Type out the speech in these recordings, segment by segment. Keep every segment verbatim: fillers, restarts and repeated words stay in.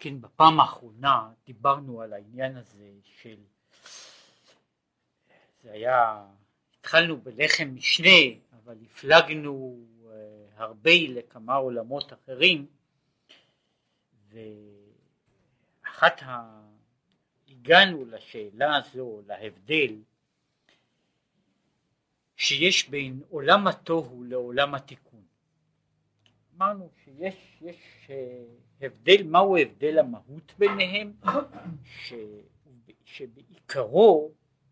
כן, בפעם האחרונה דיברנו על העניין הזה של, זה היה, התחלנו בלחם משנה, אבל הפלגנו uh, הרבה לכמה עולמות אחרים, ואחת ה... הגענו לשאלה הזו, להבדל שיש בין עולם התוהו לעולם התיקון. אמרנו שיש יש, uh, הבדל, מהו הבדל המהות ביניהם, ש, שבעיקרו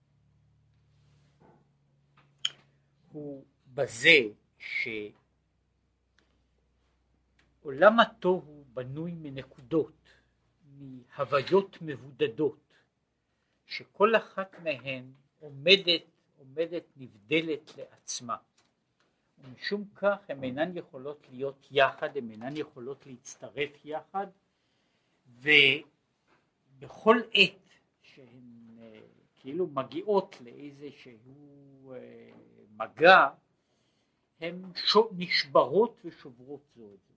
הוא בזה שעולם התוהו בנוי מנקודות, מהוויות מבודדות, שכל אחת מהן עומדת, עומדת נבדלת לעצמה. ומשום כך הן אינן יכולות להיות יחד, הן אינן יכולות להצטרף יחד, ובכל עת שהן כאילו מגיעות לאיזשהו מגע, הן נשברות ושוברות זו את זו.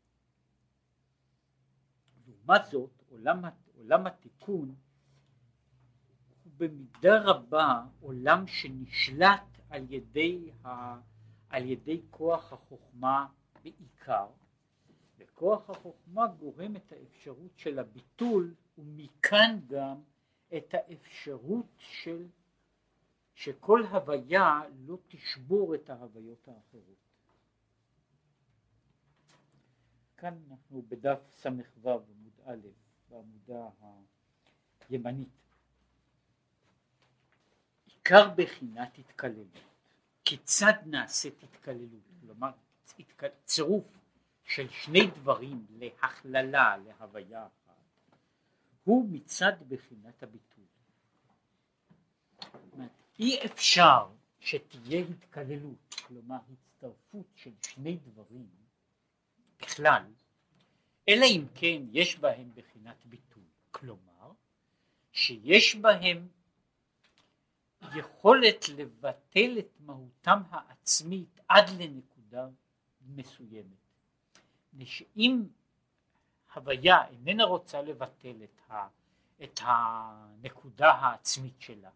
לעומת זאת, עולם, עולם התיקון הוא במידה רבה עולם שנשלט על ידי, ה, על ידי כוח החוכמה בעיקר, וכוח החוכמה גורם את האפשרות של הביטול, ומכאן גם את האפשרות של שכל הוויה לא תשבור את ההוויות האחרות. כאן אנחנו בדף סמ"ו עמוד א' בעמודה הימנית. עיקר בחינת התקללות. כיצד נעשית התקללות? כלומר צירוף של שני דברים להכללה, להוויה אחת, הוא מצד בחינת הביטול. אי אפשר שתהיה התקללות, כלומר הצטרפות של שני דברים בכלל, אלא אם כן יש בהם בחינת ביטול, כלומר שיש בהם יכולת לבטל את מהותם העצמית עד לנקודה מסוימת. שאם הוויה איננה רוצה לבטל את, ה, את הנקודה העצמית שלה,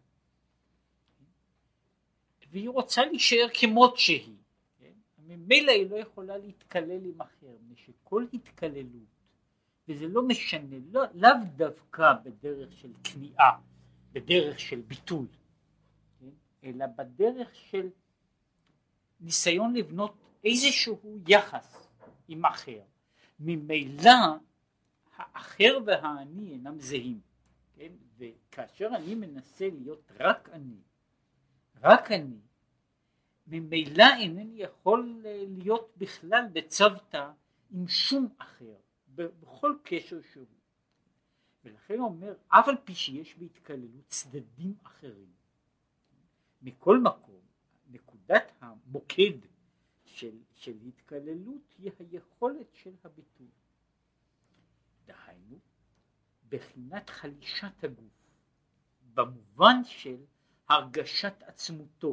והיא רוצה להישאר כמות שהיא, כן? ממילא היא לא יכולה להתקלל עם אחר, שכל התקללות, וזה לא משנה, לא, לאו דווקא בדרך של כניעה, בדרך של ביטול, כן? אלא בדרך של ניסיון לבנות איזשהו יחס עם אחר. ממילא האחר והאני אינם זהים, כן? וכאשר אני מנסה להיות רק אני, רק אני, ממילא אינני יכול להיות בכלל בצוותא עם שום אחר, בכל קשר שהוא. ולכן הוא אומר, אף על פי שיש בהתקללות צדדים אחרים, מכל מקום, נקודת המוקד של, של התקללות היא היכולת של הביטול. דהיינו, בחינת חלישת הגוף, במובן של הרגשת עצמותו.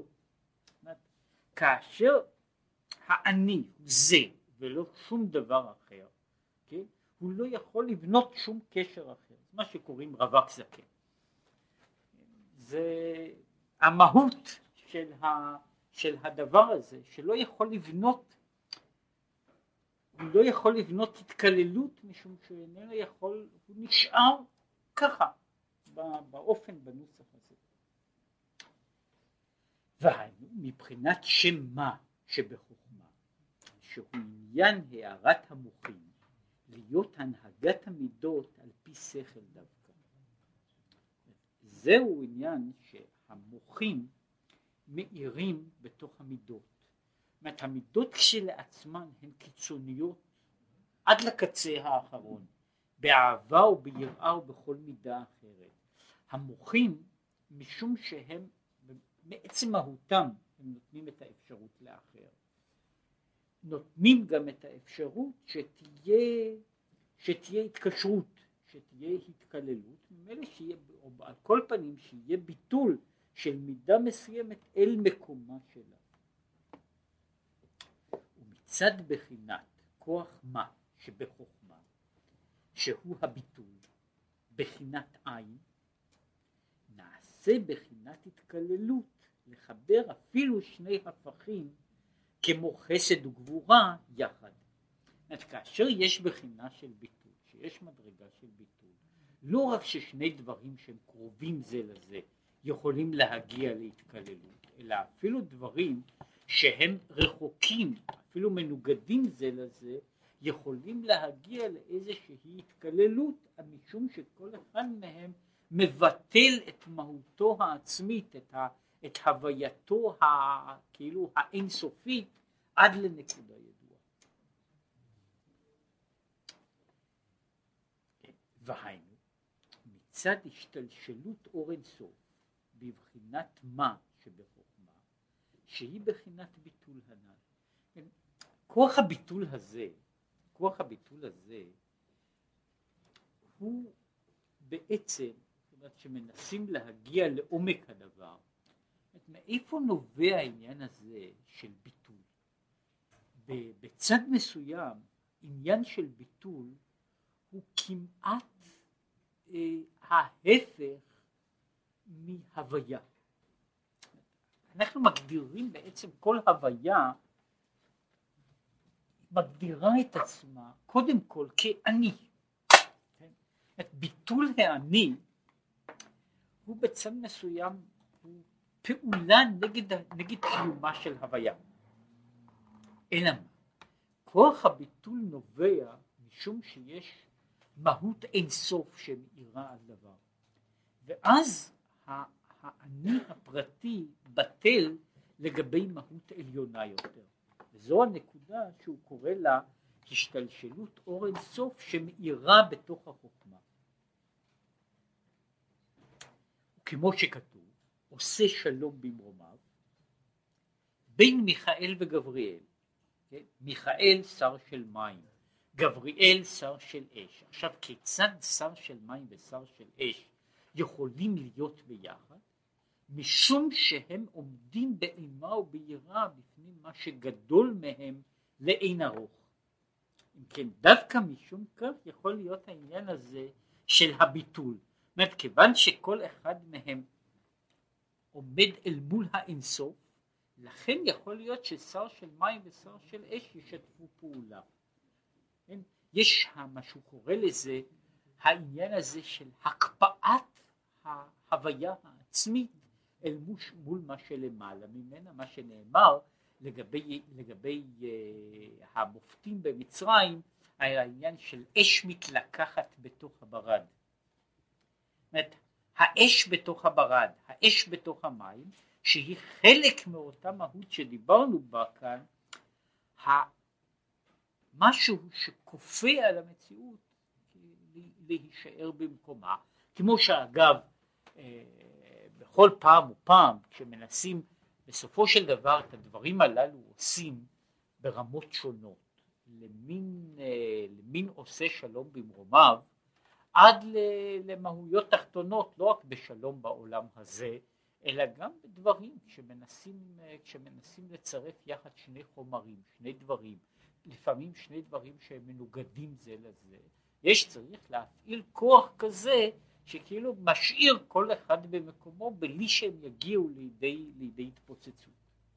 כאשר האני הוא זה ולא שום דבר אחר, כן? הוא לא יכול לבנות שום קשר אחר. מה שקוראים רווק זקן. זה המהות של, ה, של הדבר הזה, שלא יכול לבנות, הוא לא יכול לבנות התקללות, משום שהוא איננו יכול, הוא נשאר ככה, באופן, בנוסח הזה. והיינו מבחינת שם מה שבחוכמה, שהוא עניין הערת המוחים, להיות הנהגת המידות על פי שכל דווקא. זהו עניין שהמוחים מאירים בתוך המידות. זאת אומרת, המידות כשלעצמן הן קיצוניות עד לקצה האחרון, באהבה וביראה ובכל מידה אחרת. המוחים, משום שהם מעצם מהותם, הם נותנים את האפשרות לאחר. נותנים גם את האפשרות שתהיה, שתהיה התקשרות, שתהיה התקללות, ממילא שיהיה, או על כל פנים שיהיה ביטול של מידה מסוימת אל מקומה שלה. ומצד בחינת כוח מה שבחוכמה, שהוא הביטול בחינת עין, נעשה בחינת התקללות לחבר אפילו שני הפכים כמו חסד וגבורה יחד. כאשר יש בחינה של ביטול, שיש מדרגה של ביטול, לא רק ששני דברים שהם קרובים זה לזה יכולים להגיע להתקללות, אלא אפילו דברים שהם רחוקים, אפילו מנוגדים זה לזה, יכולים להגיע לאיזושהי התקללות, משום שכל אחד מהם מבטל את מהותו העצמית, את, ה, את הווייתו ה, כאילו האינסופית עד לנקודה ידועה. והיינו, מצד השתלשלות אור אינסוף בבחינת מה שבחוכמה, שהיא בחינת ביטול הנ"ל. כוח הביטול הזה, כוח הביטול הזה הוא בעצם, זאת אומרת שמנסים להגיע לעומק הדבר, מאיפה נובע העניין הזה של ביטול? בצד מסוים עניין של ביטול הוא כמעט אה, ההפך מהוויה. אנחנו מגדירים בעצם כל הוויה מגדירה את עצמה קודם כל כאני. כן? את ביטול האני הוא בצד מסוים הוא פעולה נגד, נגד קיומה של הוויה. אלא מה? כוח הביטול נובע משום שיש מהות אינסוף שמאירה על דבר. ואז האני הפרטי בטל לגבי מהות עליונה יותר. וזו הנקודה שהוא קורא לה השתלשלות אור אינסוף שמאירה בתוך החוכמה. כמו שכתוב, עושה שלום במרומיו בין מיכאל וגבריאל. כן? מיכאל שר של מים, גבריאל שר של אש. עכשיו כיצד שר של מים ושר של אש יכולים להיות ביחד? משום שהם עומדים באימה וביראה בפני מה שגדול מהם לאין ארוך. אם כן, דווקא משום כך יכול להיות העניין הזה של הביטול. זאת אומרת, כיוון שכל אחד מהם עומד אל מול האינסוף, לכן יכול להיות ששר של מים ושר של אש ישתפו פעולה. כן? יש מה שהוא קורא לזה העניין הזה של הקפאת ההוויה העצמית אל מול מה שלמעלה ממנה, מה שנאמר לגבי, לגבי uh, המופתים במצרים, העניין של אש מתלקחת בתוך הברד. זאת אומרת, האש בתוך הברד, האש בתוך המים, שהיא חלק מאותה מהות שדיברנו בה כאן, משהו שכופה על המציאות להישאר במקומה, כמו שאגב בכל פעם ופעם כשמנסים בסופו של דבר את הדברים הללו עושים ברמות שונות, למין, למין עושה שלום במרומיו, עד למהויות תחתונות, לא רק בשלום בעולם הזה, אלא גם בדברים כשמנסים, כשמנסים לצרף יחד שני חומרים, שני דברים, לפעמים שני דברים שהם מנוגדים זה לזה, יש צריך להפעיל כוח כזה שכאילו משאיר כל אחד במקומו בלי שהם יגיעו לידי, לידי התפוצצות.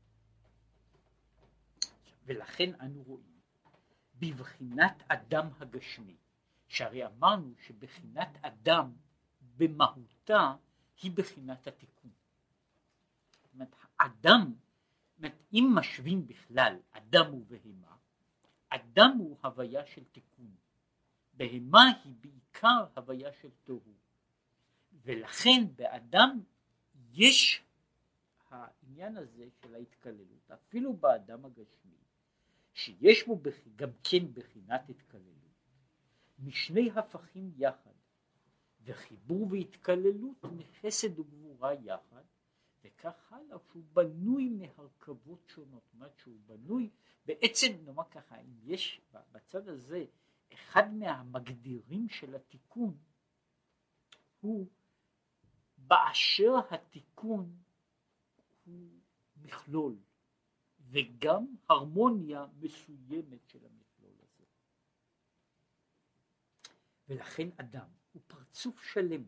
ולכן אנו רואים בבחינת אדם הגשמי, שהרי אמרנו שבחינת אדם במהותה היא בחינת התיקון. זאת אומרת, אדם, זאת אומרת, אם משווים בכלל אדם ובהמה, אדם הוא הוויה של תיקון, בהמה היא בעיקר הוויה של תוהו, ולכן באדם יש העניין הזה של ההתקללות, אפילו באדם הגשמי, שיש בו גם כן בחינת התקללות, משני הפכים יחד, וחיבור והתקללות מחסד וגבורה יחד, וכך הלאה, שהוא בנוי מהרכבות שונות. זאת אומרת שהוא בנוי, בעצם נאמר ככה, אם יש בצד הזה אחד מהמגדירים של התיקון, הוא באשר התיקון הוא מכלול, וגם הרמוניה מסוימת של המכלול הזה. ולכן אדם הוא פרצוף שלם,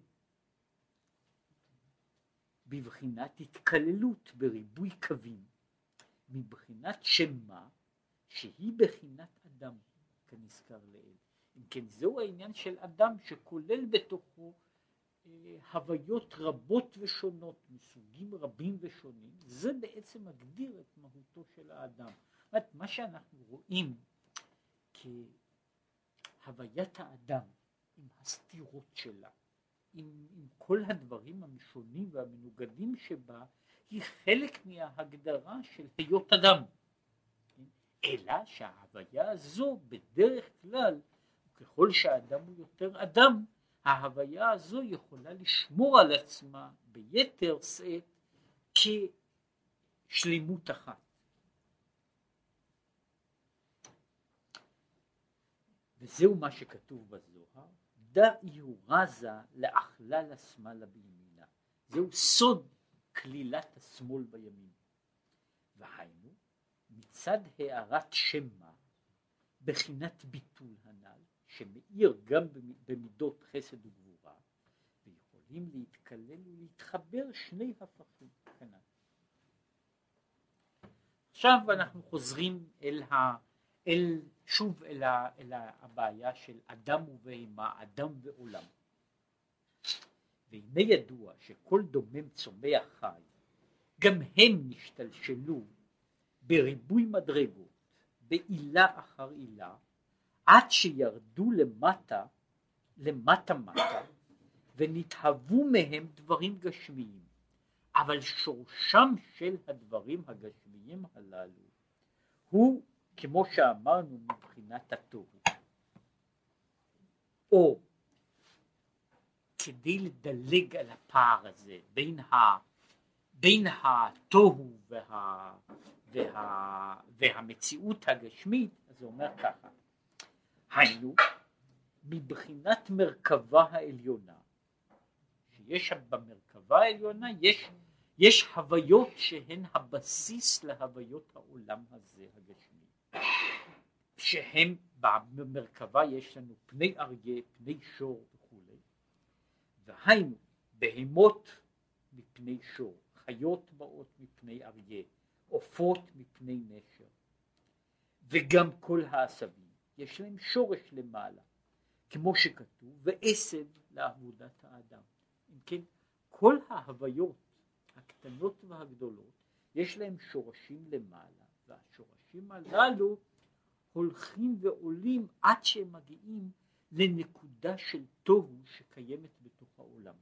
בבחינת התקללות בריבוי קווים, מבחינת שמה שהיא בחינת אדם כנזכר לעיל. אם כן, זהו העניין של אדם שכולל בתוכו אה, הוויות רבות ושונות מסוגים רבים ושונים. זה בעצם מגדיר את מהותו של האדם. זאת, מה שאנחנו רואים כהוויית האדם עם הסתירות שלה, עם, עם כל הדברים המשונים והמנוגדים שבה, היא חלק מההגדרה של היות אדם. אלא שההוויה הזו בדרך כלל, ככל שהאדם הוא יותר אדם, ההוויה הזו יכולה לשמור על עצמה ביתר שאת כשלימות אחת. וזהו מה שכתוב בזוהר, דאיהו רזה לאכלל השמאלה בימינה. זהו סוד כלילת השמאל בימין. והיינו, מצד הערת שמה, בחינת ביטול הנ"ל, שמאיר גם במידות חסד וגבורה, ויכולים להתקלל ולהתחבר שני הפכים כנ"ל. עכשיו אנחנו חוזרים אל ה... אל, שוב אל, ה, אל הבעיה של אדם ובהמה, אדם ועולם. והנה ידוע שכל דומם צומח חי, גם הם נשתלשלו בריבוי מדרגות, בעילה אחר עילה, עד שירדו למטה, למטה מטה, ונתהוו מהם דברים גשמיים. אבל שורשם של הדברים הגשמיים הללו, הוא כמו שאמרנו מבחינת התוהו, או כדי לדלג על הפער הזה בין, ה, בין התוהו וה, וה, והמציאות הגשמית, אז הוא אומר ככה, היינו מבחינת מרכבה העליונה, שיש במרכבה העליונה יש, יש הוויות שהן הבסיס להוויות העולם הזה הגשמי, שהם במרכבה יש לנו פני אריה, פני שור וכו'. והיינו בהמות מפני שור, חיות באות מפני אריה, עופות מפני נשר, וגם כל העשבים יש להם שורש למעלה, כמו שכתוב, ועשב לעבודת האדם. אם כן, כל ההוויות הקטנות והגדולות יש להם שורשים למעלה, והשורשים הללו הולכים ועולים עד שהם מגיעים לנקודה של תוהו שקיימת בתוך העולם.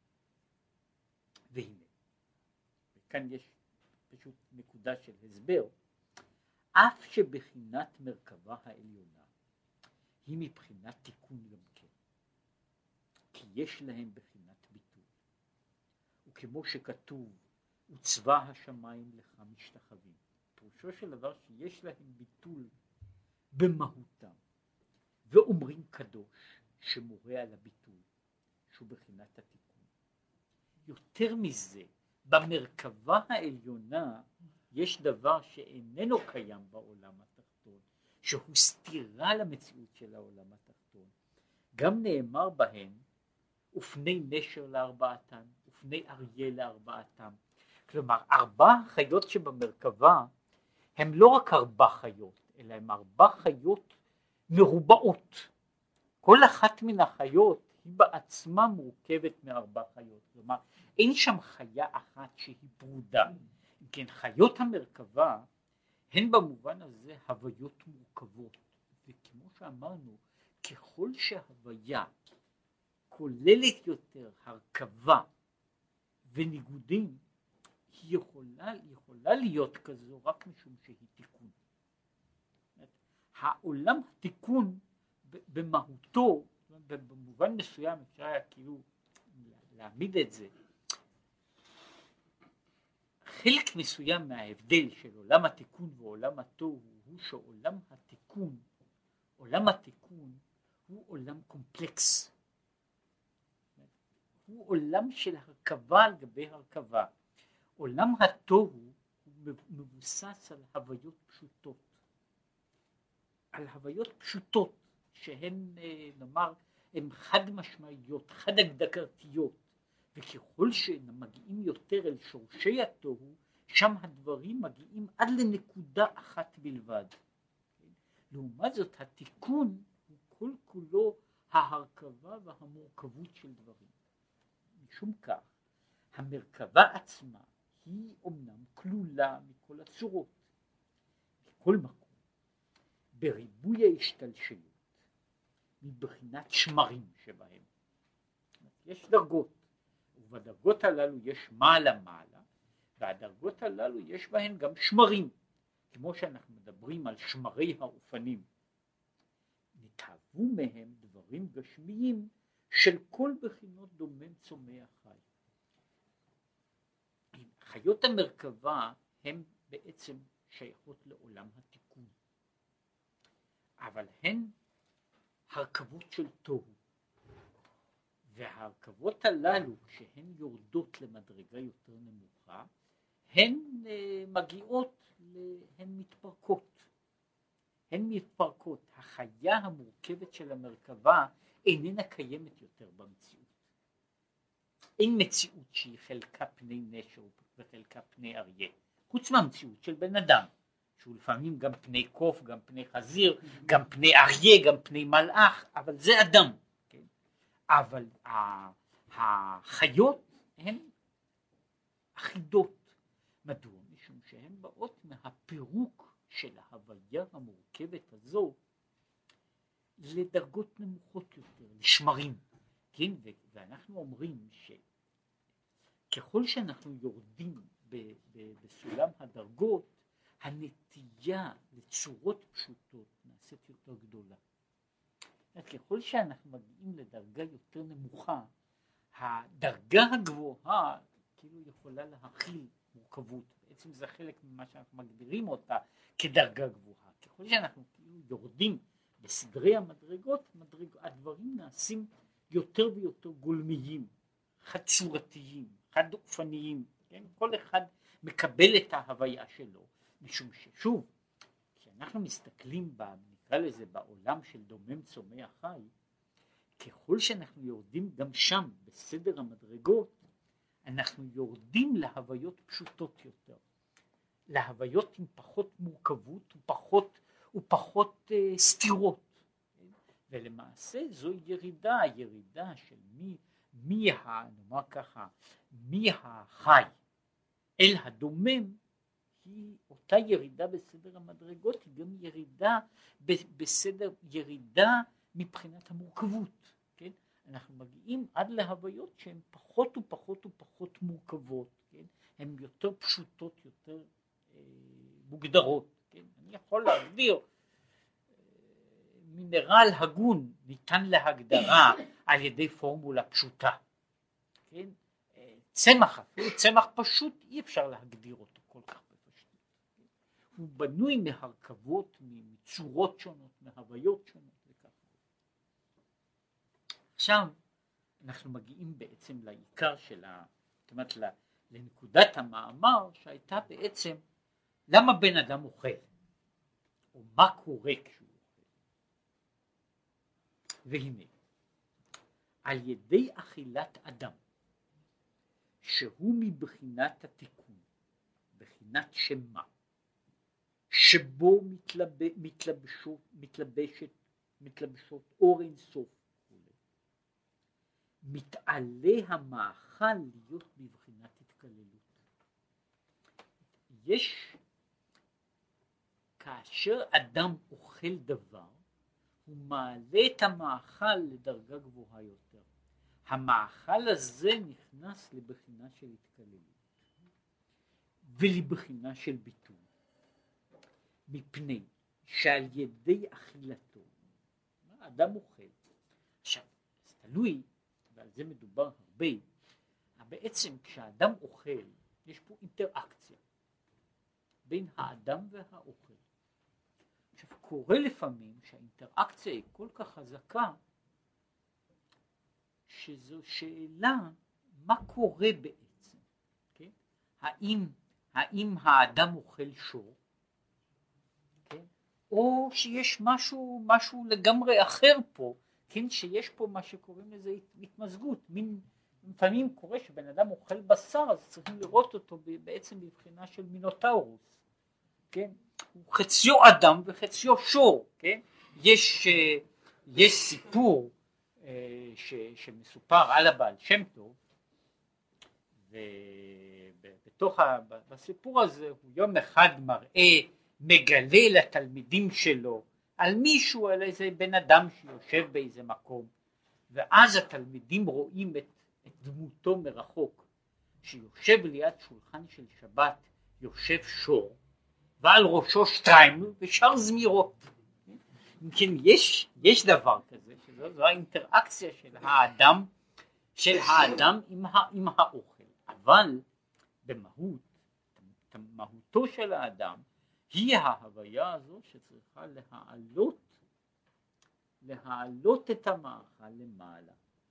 והנה, וכאן יש פשוט נקודה של הסבר, אף שבחינת מרכבה העליונה היא מבחינת תיקון גם כן, כי יש להם בחינת ביטול, וכמו שכתוב, וצבא השמיים לך משתחווים, פירושו של דבר שיש להם ביטול במהותם, ואומרים קדוש שמורה על הביטול, שהוא בחינת התיקון. יותר מזה, במרכבה העליונה יש דבר שאיננו קיים בעולם התחתון, שהוא סתירה למציאות של העולם התחתון. גם נאמר בהם, ופני נשר לארבעתם, ופני אריה לארבעתם. כלומר, ארבע חיות שבמרכבה, הם לא רק ארבע חיות, אלא הם ארבע חיות מרובעות. כל אחת מן החיות היא בעצמה מורכבת מארבע חיות. כלומר, אין שם חיה אחת שהיא ברודה. כן, חיות המרכבה הן במובן הזה הוויות מורכבות. וכמו שאמרנו, ככל שההוויה כוללת יותר הרכבה וניגודים, היא יכולה, יכולה להיות כזו רק משום שהיא תיקון. העולם התיקון במהותו, במובן מסוים אפשר היה כאילו להעמיד את זה, חלק מסוים מההבדל של עולם התיקון ועולם התוהו הוא שעולם התיקון, עולם התיקון הוא עולם קומפלקס, הוא עולם של הרכבה על גבי הרכבה. עולם התוהו הוא מבוסס על הוויות פשוטות, על הוויות פשוטות שהן נאמר הן חד משמעיות, חד הגדרתיות, וככל שמגיעים יותר אל שורשי התוהו, שם הדברים מגיעים עד לנקודה אחת בלבד. לעומת זאת התיקון הוא כל כולו ההרכבה והמורכבות של דברים. משום כך המרכבה עצמה היא אומנם כלולה מכל הצורות, בכל מקום, בריבוי ההשתלשלות, מבחינת שמרים שבהם. יש דרגות, ובדרגות הללו יש מעלה מעלה, והדרגות הללו יש בהן גם שמרים, כמו שאנחנו מדברים על שמרי האופנים. נתהוו מהם דברים גשמיים של כל בחינות דומם צומח חי. חיות המרכבה הן בעצם שייכות לעולם התיקון, אבל הן הרכבות של תוהו, וההרכבות הללו כשהן יורדות למדרגה יותר נמוכה, הן מגיעות, הן מתפרקות, הן מתפרקות. החיה המורכבת של המרכבה איננה קיימת יותר במציאות. אין מציאות שהיא חלקה פני נשר וחלקה פני אריה, חוץ מהמציאות של בן אדם, שהוא לפעמים גם פני קוף, גם פני חזיר, גם פני אריה, גם פני מלאך, אבל זה אדם. כן? אבל החיות הן אחידות. מדוע? משום שהן באות מהפירוק של ההוויה המורכבת הזו לדרגות נמוכות יותר, לשמרים. כן? ואנחנו אומרים שככל שאנחנו יורדים ב- ב- בסולם הדרגות, הנטייה לצורות פשוטות נעשית יותר גדולה. ככל שאנחנו מגיעים לדרגה יותר נמוכה, הדרגה הגבוהה כאילו יכולה להכיל מורכבות. בעצם זה חלק ממה שאנחנו מגדירים אותה כדרגה גבוהה. ככל שאנחנו כאילו יורדים בסדרי המדרגות, מדרג, הדברים נעשים יותר ויותר גולמיים, חד צורתיים, חד אופניים. כן? כל אחד מקבל את ההוויה שלו, משום ששוב, כשאנחנו מסתכלים בה, נקרא לזה בעולם של דומם צומח חי, ככל שאנחנו יורדים גם שם בסדר המדרגות, אנחנו יורדים להוויות פשוטות יותר, להוויות עם פחות מורכבות ופחות, ופחות uh, סתירות. ולמעשה זו ירידה, ירידה של מי, מי ה, נאמר ככה, מי החי אל הדומם, היא אותה ירידה בסדר המדרגות, היא גם ירידה בסדר, ירידה מבחינת המורכבות. כן? אנחנו מגיעים עד להוויות שהן פחות ופחות ופחות מורכבות, כן? הן יותר פשוטות, יותר אה, מוגדרות. כן? אני יכול להגדיר אה, מינרל הגון ניתן להגדרה על ידי פורמולה פשוטה. כן? אה, צמח, אפילו צמח פשוט אי אפשר להגדיר אותו כל כך בפשטות. כן? הוא בנוי מהרכבות, מצורות שונות, מהוויות שונות. עכשיו אנחנו מגיעים בעצם לעיקר של ה... זאת אומרת לנקודת המאמר שהייתה בעצם למה בן אדם אוכל או מה קורה כשהוא אוכל. והנה על ידי אכילת אדם שהוא מבחינת התיקון, בחינת שמה, שבו מתלב... מתלבשות, מתלבשת, מתלבשות אור אין סוף, מתעלה המאכל להיות בבחינת התקללות. יש, כאשר אדם אוכל דבר, הוא מעלה את המאכל לדרגה גבוהה יותר. המאכל הזה נכנס לבחינה של התקללות ולבחינה של ביטול, מפני שעל ידי אכילתו האדם אוכל. עכשיו זה תלוי, ועל זה מדובר הרבה, בעצם כשאדם אוכל יש פה אינטראקציה בין האדם והאוכל. עכשיו קורה לפעמים שהאינטראקציה היא כל כך חזקה שזו שאלה מה קורה בעצם, כן? האם, האם האדם אוכל שור, כן? או שיש משהו, משהו לגמרי אחר פה, כן, שיש פה מה שקוראים לזה התמזגות, מין, לפעמים קורה שבן אדם אוכל בשר, אז צריכים לראות אותו בעצם בבחינה של מינוטאורוס, כן, הוא חציו אדם וחציו שור, כן, יש, יש סיפור ש, שמסופר על הבעל שם טוב, ובתוך הסיפור הזה הוא יום אחד מראה, מגלה לתלמידים שלו על מישהו, על איזה בן אדם שיושב באיזה מקום, ואז התלמידים רואים את, את דמותו מרחוק, שיושב ליד שולחן של שבת, יושב שור, ועל ראשו שטריימל ושאר זמירות. כן, יש, יש דבר כזה, שזו האינטראקציה של האדם, של האדם עם, ה, עם האוכל, אבל במהות, מהותו של האדם, היא ההוויה הזו שצריכה להעלות, להעלות את המאכל למעלה.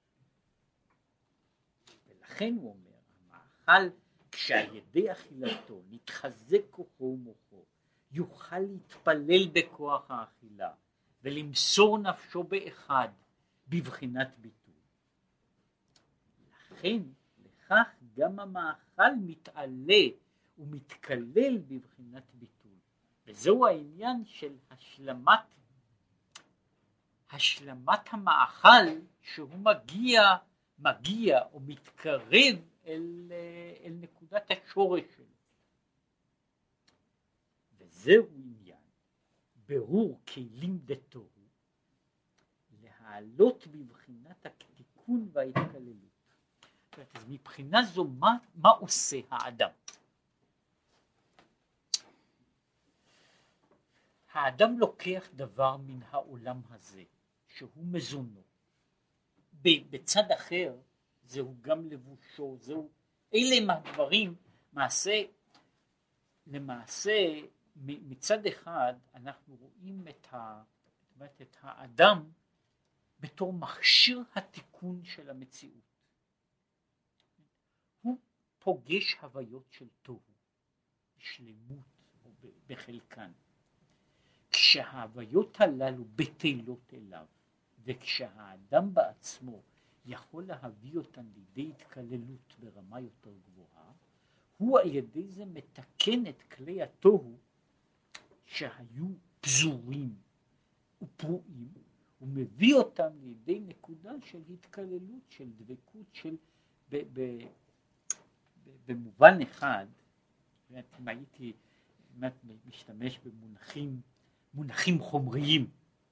ולכן הוא אומר, המאכל כשעל ידי אכילתו נתחזק כוחו ומוחו, יוכל להתפלל בכוח האכילה, ולמסור נפשו באחד, בבחינת ביטול. לכן, לכך גם המאכל מתעלה ומתקלל בבחינת ביטול. וזהו העניין של השלמת, השלמת המאכל, שהוא מגיע, מגיע או מתקרב אל, אל נקודת השורש שלו. וזהו עניין, ברור כלים דתוהו, להעלות בבחינת התיקון וההתקללות. אז מבחינה זו, מה, מה עושה האדם? האדם לוקח דבר מן העולם הזה, שהוא מזונו. בצד אחר, זהו גם לבושו, זהו, אלה הם הדברים, מעשה, למעשה, מצד אחד, אנחנו רואים את, ה, את האדם בתור מכשיר התיקון של המציאות. הוא פוגש הוויות של תוהו, שלמות או בחלקן. כשההוויות הללו בטלות אליו, וכשהאדם בעצמו יכול להביא אותן לידי התקללות ברמה יותר גבוהה, הוא על ידי זה מתקן את כלי התוהו שהיו פזורים ופרועים, הוא מביא אותם לידי נקודה של התקללות, של דבקות, של ב, ב, ב, במובן אחד, אם הייתי משתמש במונחים מונחים חומריים,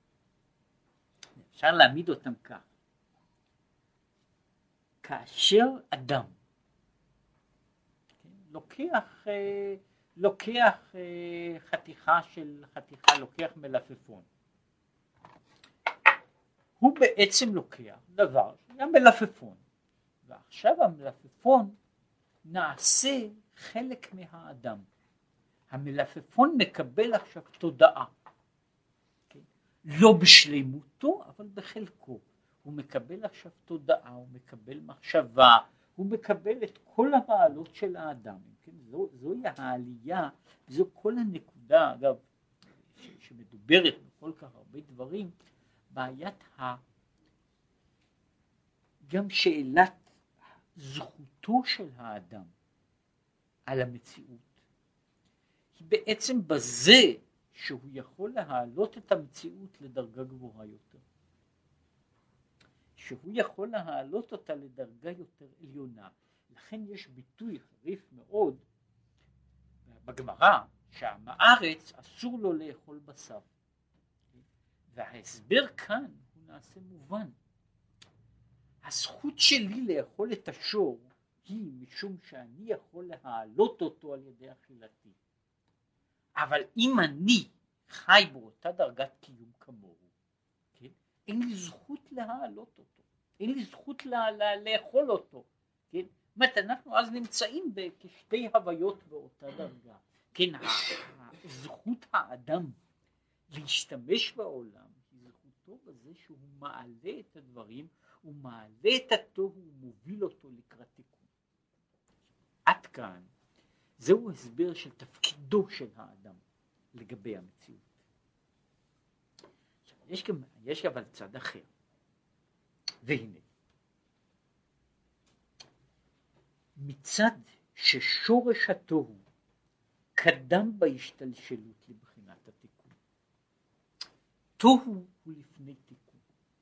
אפשר להעמיד אותם כך. כאשר אדם לוקח, לוקח חתיכה של חתיכה, לוקח מלפפון, הוא בעצם לוקח דבר שהיה מלפפון, ועכשיו המלפפון נעשה חלק מהאדם. המלפפון מקבל עכשיו תודעה, לא בשלמותו, אבל בחלקו. הוא מקבל עכשיו תודעה, הוא מקבל מחשבה, הוא מקבל את כל המעלות של האדם. כן? זו, זוהי העלייה, זו כל הנקודה, אגב, ש, שמדוברת בכל כך הרבה דברים, בעיית ה... גם שאלת זכותו של האדם על המציאות, היא בעצם בזה שהוא יכול להעלות את המציאות לדרגה גבוהה יותר. שהוא יכול להעלות אותה לדרגה יותר עליונה. לכן יש ביטוי חריף מאוד בגמרא, שעם הארץ אסור לו לאכול בשר. וההסבר כאן הוא נעשה מובן. הזכות שלי לאכול את השור היא משום שאני יכול להעלות אותו על ידי אכילתי. אבל אם אני חי באותה דרגת קיום כמוהו, כן? אין לי זכות להעלות אותו, אין לי זכות לה, לה, לאכול אותו. כן? זאת אומרת, אנחנו אז נמצאים כשתי הוויות באותה דרגה. כן, זכות האדם להשתמש בעולם היא זכותו בזה שהוא מעלה את הדברים, הוא מעלה את התוהו, הוא מוביל אותו לקראת תיקון. עד כאן זהו הסבר של תפקידו של האדם לגבי המציאות. יש גם, יש אבל צד אחר. והנה, מצד ששורש התוהו קדם בהשתלשלות לבחינת התיקון. תוהו הוא לפני תיקון,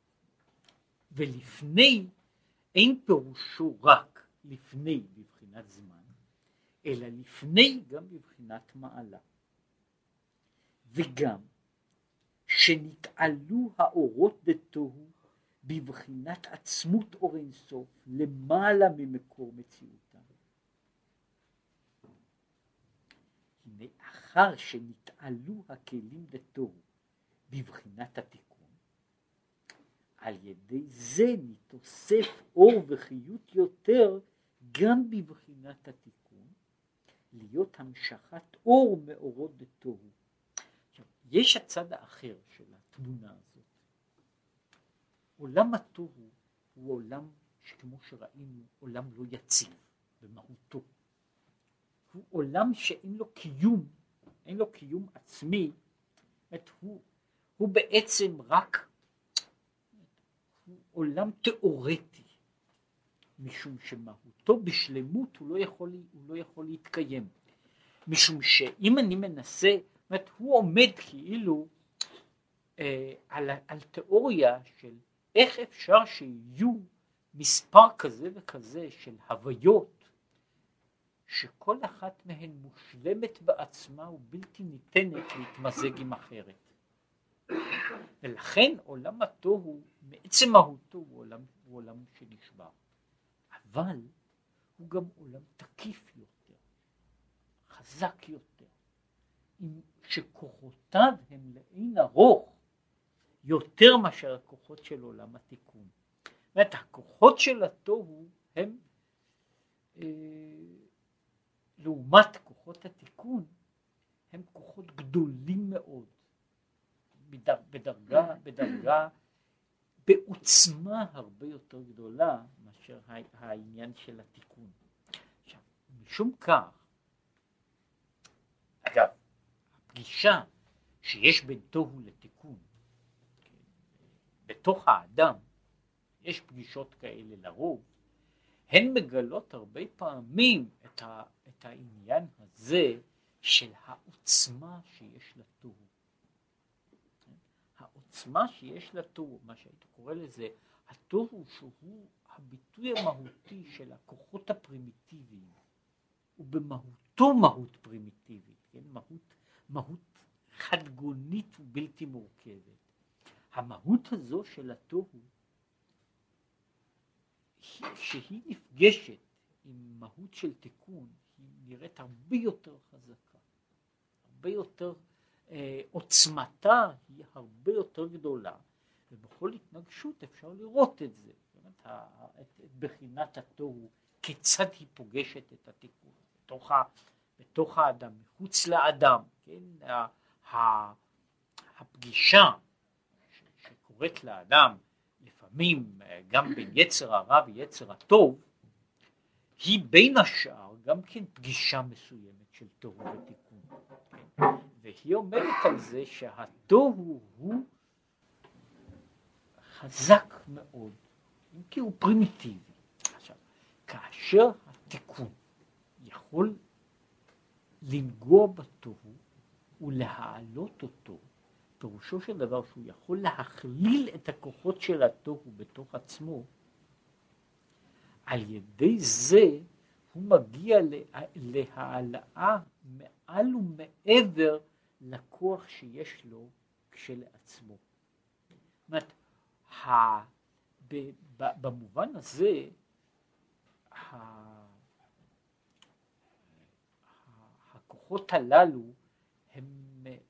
ולפני אין פירושו רק לפני בבחינת זמן, אלא לפני גם בבחינת מעלה. וגם שנתעלו האורות דתוהו בבחינת עצמות אור אינסוף למעלה ממקור מציאותם. הנה אחר שנתעלו הכלים דתוהו בבחינת התיקון, על ידי זה נתוסף אור וחיות יותר גם בבחינת התיקון, להיות המשכת אור מאורות דתוהו. יש הצד האחר של התמונה הזאת. עולם התוהו הוא עולם שכמו שראינו, עולם לא יציב במהותו. הוא עולם שאין לו קיום, אין לו קיום עצמי. הוא, הוא בעצם רק הוא עולם תיאורטי, משום שמהותו בשלמות הוא לא יכול, הוא לא יכול להתקיים. משום שאם אני מנסה, זאת אומרת, הוא עומד כאילו אה, על, על תיאוריה של איך אפשר שיהיו מספר כזה וכזה של הוויות, שכל אחת מהן מושלמת בעצמה ובלתי ניתנת להתמזג עם אחרת. ולכן עולם התוהו מעצם מהותו הוא עולם, הוא עולם שנשבר. אבל הוא גם עולם תקיף יותר, חזק יותר, שכוחותיו הם לאין ארוך יותר מאשר הכוחות של עולם התיקון. זאת אומרת, הכוחות של התוהו הם אה, לעומת כוחות התיקון הם כוחות גדולים מאוד, בדר, בדרגה, בדרגה, בעוצמה הרבה יותר גדולה מאשר העניין של התיקון. עכשיו, משום כך, אגב, הפגישה שיש בין תוהו לתיקון, בתוך האדם, יש פגישות כאלה לרוב, הן מגלות הרבה פעמים את, ה, את העניין הזה של העוצמה שיש לתוהו. העוצמה שיש לתוהו, מה שהייתי קורא לזה, התוהו שהוא הביטוי המהותי של הכוחות הפרימיטיביים, ובמהותו מהות פרימיטיבית, כן? מהות, מהות חדגונית ובלתי מורכבת. המהות הזו של התוהו, כשהיא נפגשת עם מהות של תיקון, היא נראית הרבה יותר חזקה, הרבה יותר, אה, עוצמתה היא הרבה יותר גדולה, ובכל התנגשות אפשר לראות את זה, באמת, את, את בחינת התוהו, כיצד היא פוגשת את התיקון, בתוך, ה, בתוך האדם, מחוץ לאדם, כן, ה, ה, הפגישה ש, שקורית לאדם, לפעמים גם בין יצר הרע ויצר הטוב, היא בין השאר גם כן פגישה מסוימת של תוהו ותיקון. כן? והיא אומרת על זה שהתוהו הוא חזק מאוד, אם כי הוא פרימיטיבי. עכשיו, כאשר התיקון יכול לנגוע בתוהו ולהעלות אותו, פירושו של דבר שהוא יכול להכליל את הכוחות של התוהו בתוך עצמו, על ידי זה הוא מגיע להעלאה מעל ומעבר לכוח שיש לו כשלעצמו. זאת אומרת, במובן הזה, הכוחות הללו הם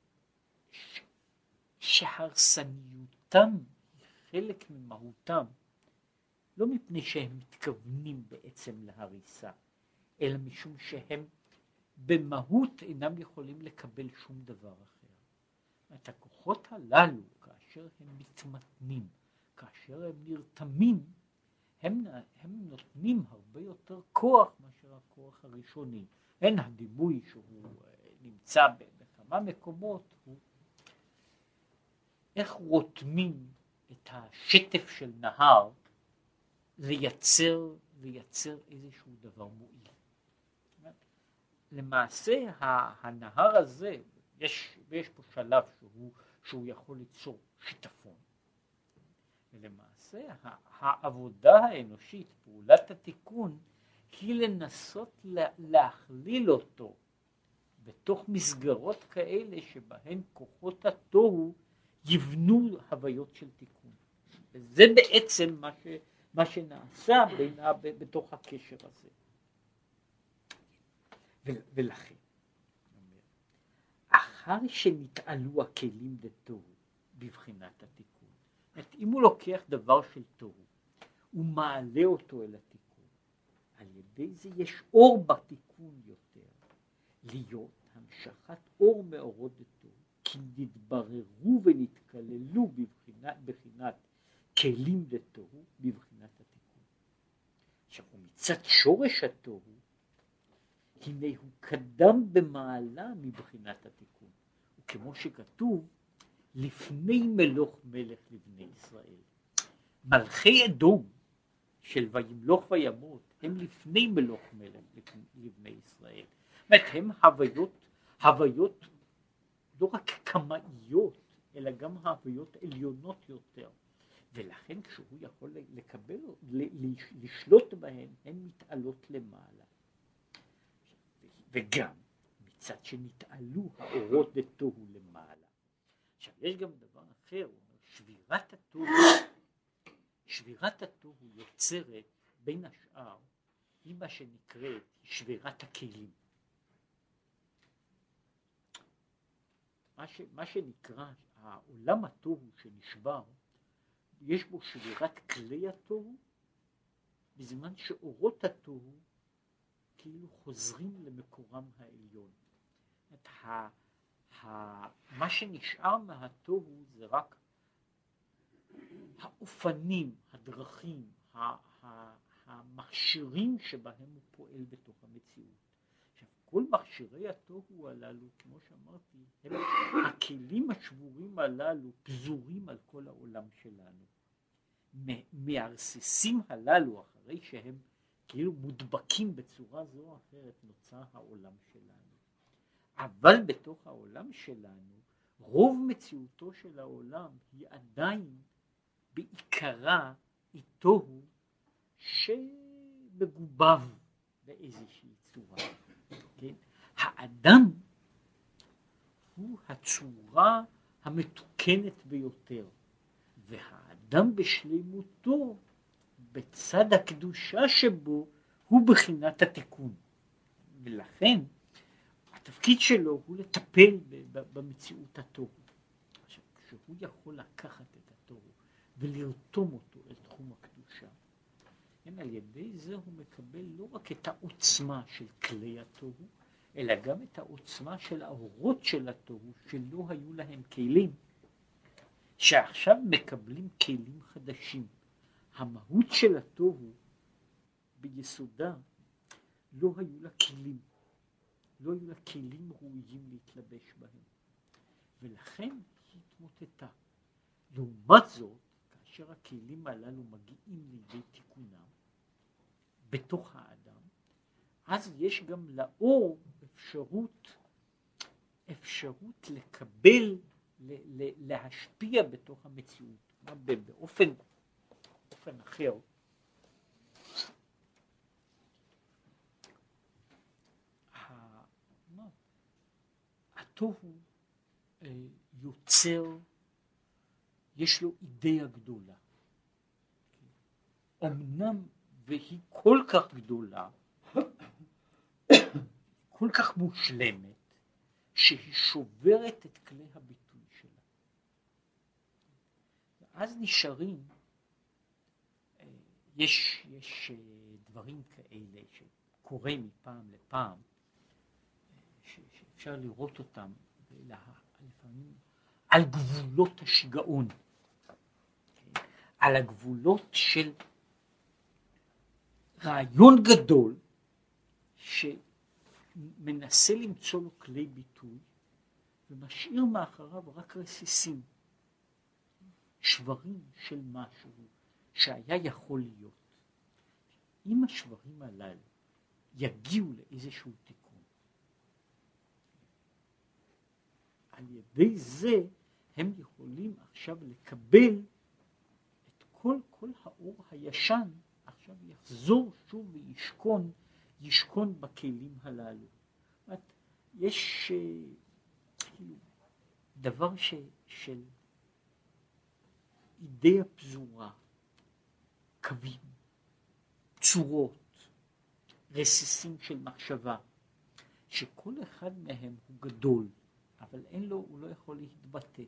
שהרסניותם היא חלק ממהותם, לא מפני שהם מתכוונים בעצם להריסה, אלא משום שהם במהות אינם יכולים לקבל שום דבר אחר. את הכוחות הללו, כאשר הם מתמתנים, כאשר הם נרתמים, הם, הם נותנים הרבה יותר כוח מאשר הכוח הראשוני. אין הדימוי שהוא נמצא בכמה מקומות, הוא איך רותמים את השטף של נהר לייצר, לייצר איזשהו דבר מועיל. למעשה הנהר הזה, יש, ויש פה שלב שהוא, שהוא יכול ליצור שיטפון. ולמעשה העבודה האנושית, פעולת התיקון, היא לנסות להכליל אותו בתוך מסגרות כאלה שבהן כוחות התוהו יבנו הוויות של תיקון. וזה בעצם מה, ש, מה שנעשה בין, בתוך הקשר הזה. ולכן, אחר שנתעלו הכלים לתוהו בבחינת התיקון, אם הוא לוקח דבר של תוהו, הוא מעלה אותו אל התיקון, על ידי זה יש אור בתיקון יותר, להיות המשכת אור מאורות לתוהו, כי נתבררו ונתכללו בבחינת, בבחינת כלים לתוהו בבחינת התיקון. עכשיו, ומצד שורש התוהו, הנה הוא קדם במעלה מבחינת התיקון. וכמו שכתוב, לפני מלוך מלך לבני ישראל. מלכי אדום של וימלוך וימות, הם לפני מלוך מלך לבני ישראל. זאת אומרת, הם הוויות, הוויות לא רק קמאיות, אלא גם הוויות עליונות יותר. ולכן כשהוא יכול לקבל, לשלוט בהן, הן מתעלות למעלה. וגם מצד שנתעלו האורות לתוהו למעלה. עכשיו יש גם דבר אחר, שבירת התוהו, שבירת התוהו יוצרת בין השאר, היא מה שנקראת שבירת הכלים. מה, ש, מה שנקרא העולם התוהו שנשבר, יש בו שבירת כלי התוהו, בזמן שאורות התוהו כאילו חוזרים למקורם העליון. את ה, ה, מה שנשאר מהתוהו זה רק האופנים, הדרכים, ה, ה, המכשירים שבהם הוא פועל בתוך המציאות. עכשיו, כל מכשירי התוהו הללו, כמו שאמרתי, הם הכלים השבורים הללו פזורים על כל העולם שלנו. מהרסיסים הללו, אחרי שהם כאילו מודבקים בצורה זו או אחרת, נוצר העולם שלנו. אבל בתוך העולם שלנו, רוב מציאותו של העולם היא עדיין בעיקרה איתוהו שמגובב באיזושהי צורה. כן? האדם הוא הצורה המתוקנת ביותר, והאדם בשלימותו בצד הקדושה שבו הוא בחינת התיקון. ולכן התפקיד שלו הוא לטפל במציאות התוהו. עכשיו, כשהוא יכול לקחת את התוהו ולרתום אותו אל תחום הקדושה, כן, על ידי זה הוא מקבל לא רק את העוצמה של כלי התוהו, אלא גם את העוצמה של האורות של התוהו שלא היו להם כלים, שעכשיו מקבלים כלים חדשים. המהות של התוהו ביסודה לא היו לה כלים, לא היו לה כלים ראויים להתלבש בהם, ולכן היא התמוטטה. לעומת זאת, כאשר הכלים הללו מגיעים לידי תיקונם בתוך האדם, אז יש גם לאור אפשרות, אפשרות לקבל, להשפיע בתוך המציאות, באופן באופן אחר. התוהו יוצר, יש לו אידאה גדולה. אמנם והיא כל כך גדולה, כל כך מושלמת, שהיא שוברת את כלי הביטוי שלה. ואז נשארים, יש, יש דברים כאלה שקורה מפעם לפעם, שאפשר לראות אותם לפעמים על גבולות השיגעון, על הגבולות של רעיון גדול שמנסה למצוא לו כלי ביטוי ומשאיר מאחריו רק רסיסים, שברים של משהו שהיה יכול להיות. אם השברים הללו יגיעו לאיזשהו תיקון, על ידי זה הם יכולים עכשיו לקבל את כל, כל האור הישן, עכשיו יחזור שוב וישכון, ישכון בכלים הללו. יש כאילו דבר ש, של אידאה פזורה, קווים, צורות, רסיסים של מחשבה, שכל אחד מהם הוא גדול, אבל אין לו, הוא לא יכול להתבטא.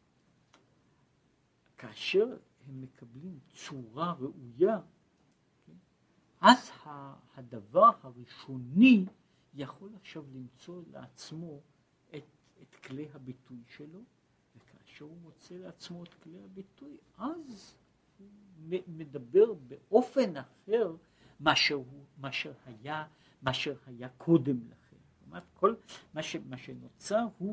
כאשר הם מקבלים צורה ראויה, כן? אז הדבר הראשוני יכול עכשיו למצוא לעצמו את, את כלי הביטוי שלו, וכאשר הוא מוצא לעצמו את כלי הביטוי, אז הוא מדבר באופן אחר מאשר, הוא, מאשר, היה, מאשר היה קודם לכן. זאת אומרת, כל מה, ש, מה שנוצר הוא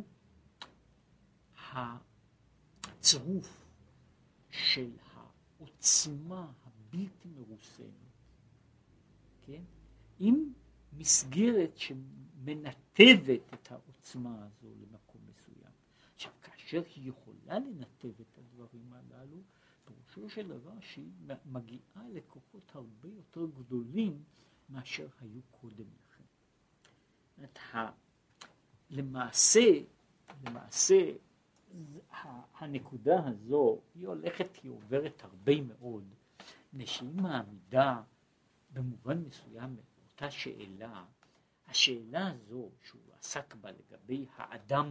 הצירוף של העוצמה הבלתי מרוסנת, כן? עם מסגרת שמנתבת את העוצמה הזו למקום מסוים. עכשיו, כאשר היא יכולה לנתב את הדברים הללו, פירושו של דבר שהיא מגיעה לכוחות הרבה יותר גדולים מאשר היו קודם לכן. למעשה, למעשה, הנקודה הזו היא הולכת, היא עוברת הרבה מאוד, שהיא מעמידה במובן מסוים אותה שאלה, השאלה הזו שהוא עסק בה לגבי האדם,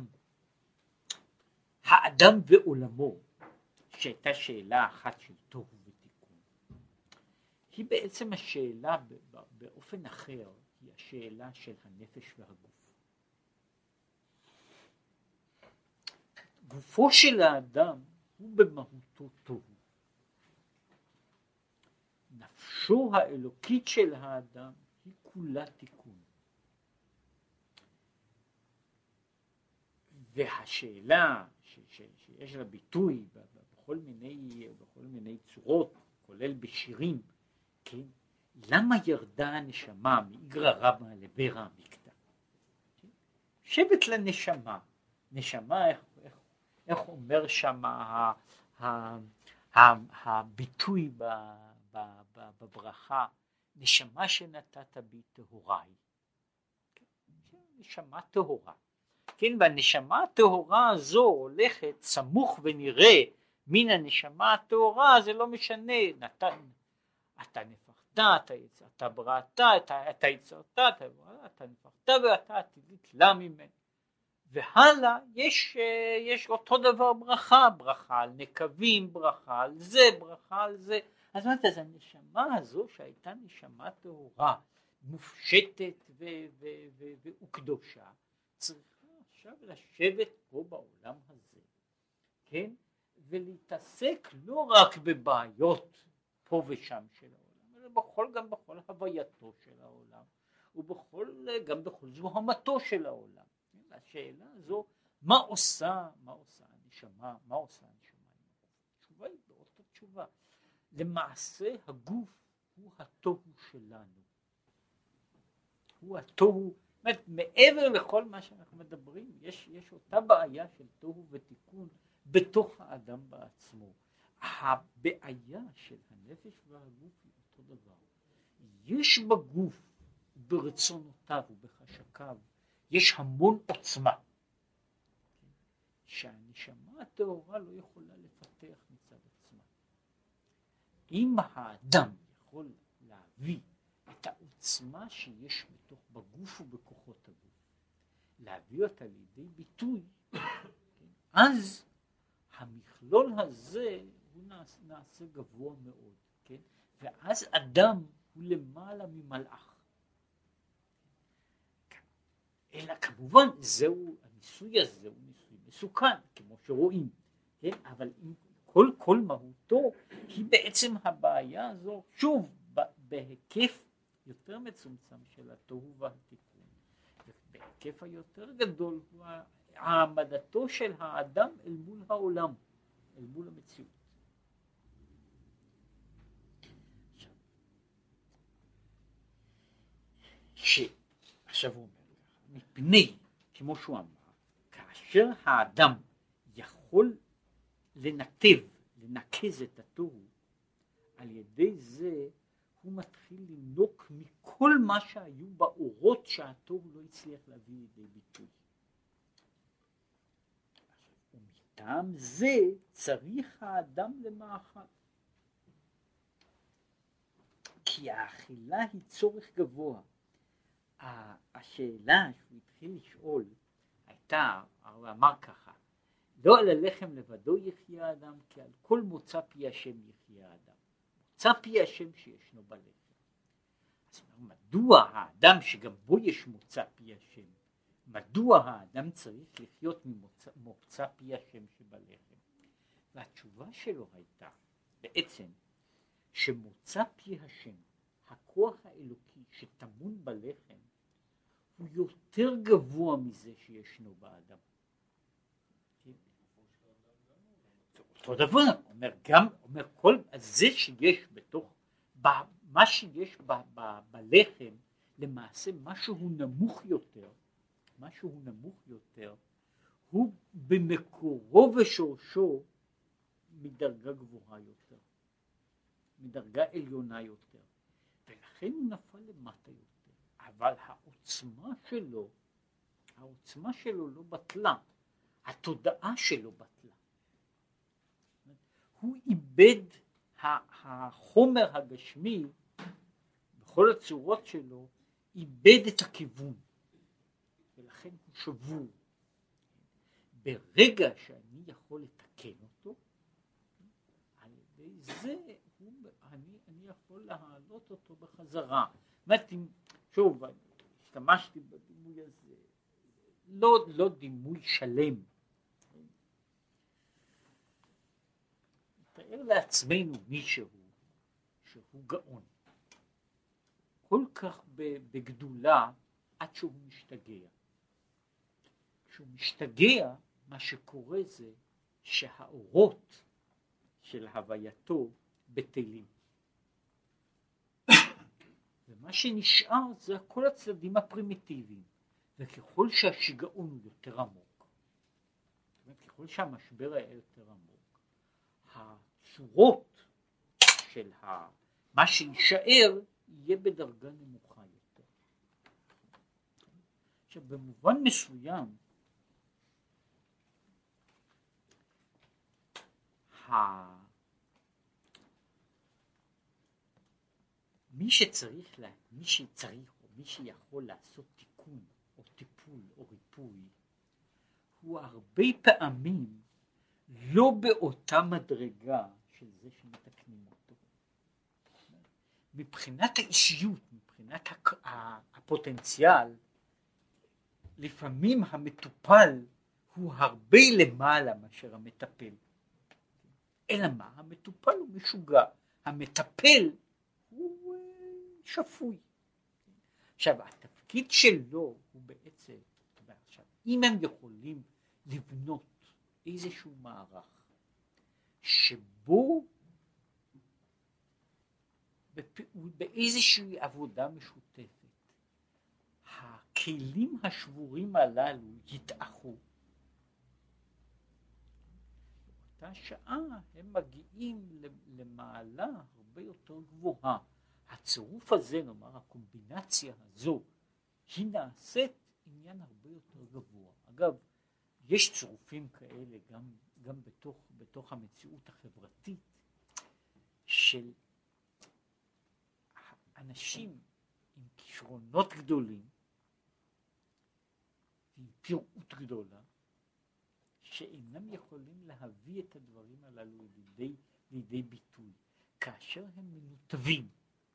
האדם ועולמו, שהייתה שאלה אחת של תוהו ותיקון, היא בעצם השאלה באופן אחר, היא השאלה של הנפש והגוף. גופו של האדם הוא במהותו תוהו. נפשו האלוקית של האדם היא כולה תיקון. והשאלה ש- ש- שיש לה ביטוי בכל מיני, בכל מיני צורות, כולל בשירים, כן? למה ירדה הנשמה מאיגרא רמא לבירא עמיקתא? שבט לנשמה. נשמה, איך, איך, איך אומר שם ה, ה, ה, הביטוי ב, ב, ב, בברכה, נשמה שנתת בי טהורה היא. נשמה טהורה. כן, והנשמה הטהורה הזו הולכת סמוך ונראה מן הנשמה הטהורה, זה לא משנה, נתן, אתה נפחת, אתה, אתה בראת, אתה, אתה יצרת, אתה, אתה נפחת ואתה עתידית לה ממנו. והלאה יש, יש אותו דבר ברכה, ברכה על נקבים, ברכה על זה, ברכה על זה. אז זאת אומרת, אז הנשמה הזו שהייתה נשמה טהורה, מופשטת ו- ו- ו- וקדושה, צריכה עכשיו לשבת פה בעולם הזה, כן? ולהתעסק לא רק בבעיות פה ושם של העולם, אלא בכל, גם בכל הווייתו של העולם, ובכל, גם בכל זוהמתו של העולם. השאלה הזו, מה עושה, מה עושה הנשמה, מה עושה הנשמה? התשובה היא באותה תשובה. למעשה הגוף הוא התוהו שלנו. הוא התוהו, זאת אומרת, מעבר לכל מה שאנחנו מדברים, יש, יש אותה בעיה של תוהו ותיקון בתוך האדם בעצמו. הבעיה של הנפש והגוף היא אותו דבר. יש בגוף, ברצונותיו ובחשקיו, יש המון עוצמה שהנשמה הטהורה לא יכולה לפתח מצד עצמה. אם האדם יכול להביא את העוצמה שיש בתוך בגוף ובכוחות הגוף, להביא אותה לידי ביטוי, אז המכלול הזה הוא נעשה, נעשה גבוה מאוד, כן? ואז אדם הוא למעלה ממלאך. אלא כמובן זהו, הניסוי הזה הוא ניסוי מסוכן, כמו שרואים, כן? אבל עם כל, כל מהותו היא בעצם הבעיה הזו, שוב, בהיקף יותר מצומצם של התוהו והתיקון, בהיקף היותר גדול הוא העמדתו של האדם אל מול העולם, אל מול המציאות. שעכשיו הוא אומר לך, מפני, כמו שהוא אמר, כאשר האדם יכול לנתב, לנקז את התוהו, על ידי זה הוא מתחיל לנוק מכל מה שהיו באורות שהתוהו לא הצליח להביא לידי ביטוי. ומטעם זה צריך האדם למאכל. כי האכילה היא צורך גבוה. השאלה שהוא התחיל לשאול הייתה, הוא אמר ככה, לא על הלחם לבדו יחיה האדם, כי על כל מוצא פי השם יחיה האדם. מוצא פי השם שישנו בלחם. אז מדוע האדם שגם בו יש מוצא פי השם, מדוע האדם צריך לחיות ממוצא פי השם שבלחם? והתשובה שלו הייתה בעצם שמוצא פי השם, הכוח האלוקי שטמון בלחם, הוא יותר גבוה מזה שישנו באדם. אותו דבר, אומר גם, אומר כל זה שיש בתוך, מה שיש ב, ב, בלחם, למעשה משהו נמוך יותר, משהו נמוך יותר, הוא במקורו ושורשו מדרגה גבוהה יותר, מדרגה עליונה יותר, ולכן הוא נפל למטה יותר, אבל העוצמה שלו, העוצמה שלו לא בטלה, התודעה שלו בטלה. הוא איבד החומר הגשמי בכל הצורות שלו, איבד את הכיוון, ולכן הוא שבור. ברגע שאני יכול לתקן אותו, על ידי זה הוא, אני, אני יכול להעלות אותו בחזרה. זאת אומרת, שוב, השתמשתי בדימוי הזה, לא, לא דימוי שלם. תאר לעצמנו מישהו שהוא גאון, כל כך בגדולה עד שהוא משתגע. כשהוא משתגע, מה שקורה זה שהאורות של הווייתו בטלים. ומה שנשאר זה כל הצדדים הפרימיטיביים. וככל שהשיגעון הוא יותר עמוק, ככל שהמשבר היה יותר עמוק, הצורות של מה שישאר יהיה בדרגה נמוכה יותר. עכשיו במובן מסוים, מי שצריך, לה, מי שצריך או מי שיכול לעשות תיקון או טיפול או ריפוי, הוא הרבה פעמים לא באותה מדרגה של זה שמתקנים אותו. מבחינת האישיות, מבחינת הפוטנציאל, לפעמים המטופל הוא הרבה למעלה מאשר המטפל. אלא מה? המטופל הוא משוגע, המטפל הוא שפוי. עכשיו, התפקיד שלו הוא בעצם, עכשיו, אם הם יכולים לבנות איזשהו מערך שבו באיזושהי עבודה משותפת הכלים השבורים הללו יתאחו, באותה שעה הם מגיעים למעלה הרבה יותר גבוהה. הצירוף הזה, נאמר, הקומבינציה הזו, היא נעשית עניין הרבה יותר גבוה. אגב, יש צירופים כאלה גם, גם בתוך, בתוך המציאות החברתית של אנשים עם כישרונות גדולים, עם פירוט גדולה, שאינם יכולים להביא את הדברים הללו לידי, לידי ביטוי, כאשר הם מנותבים,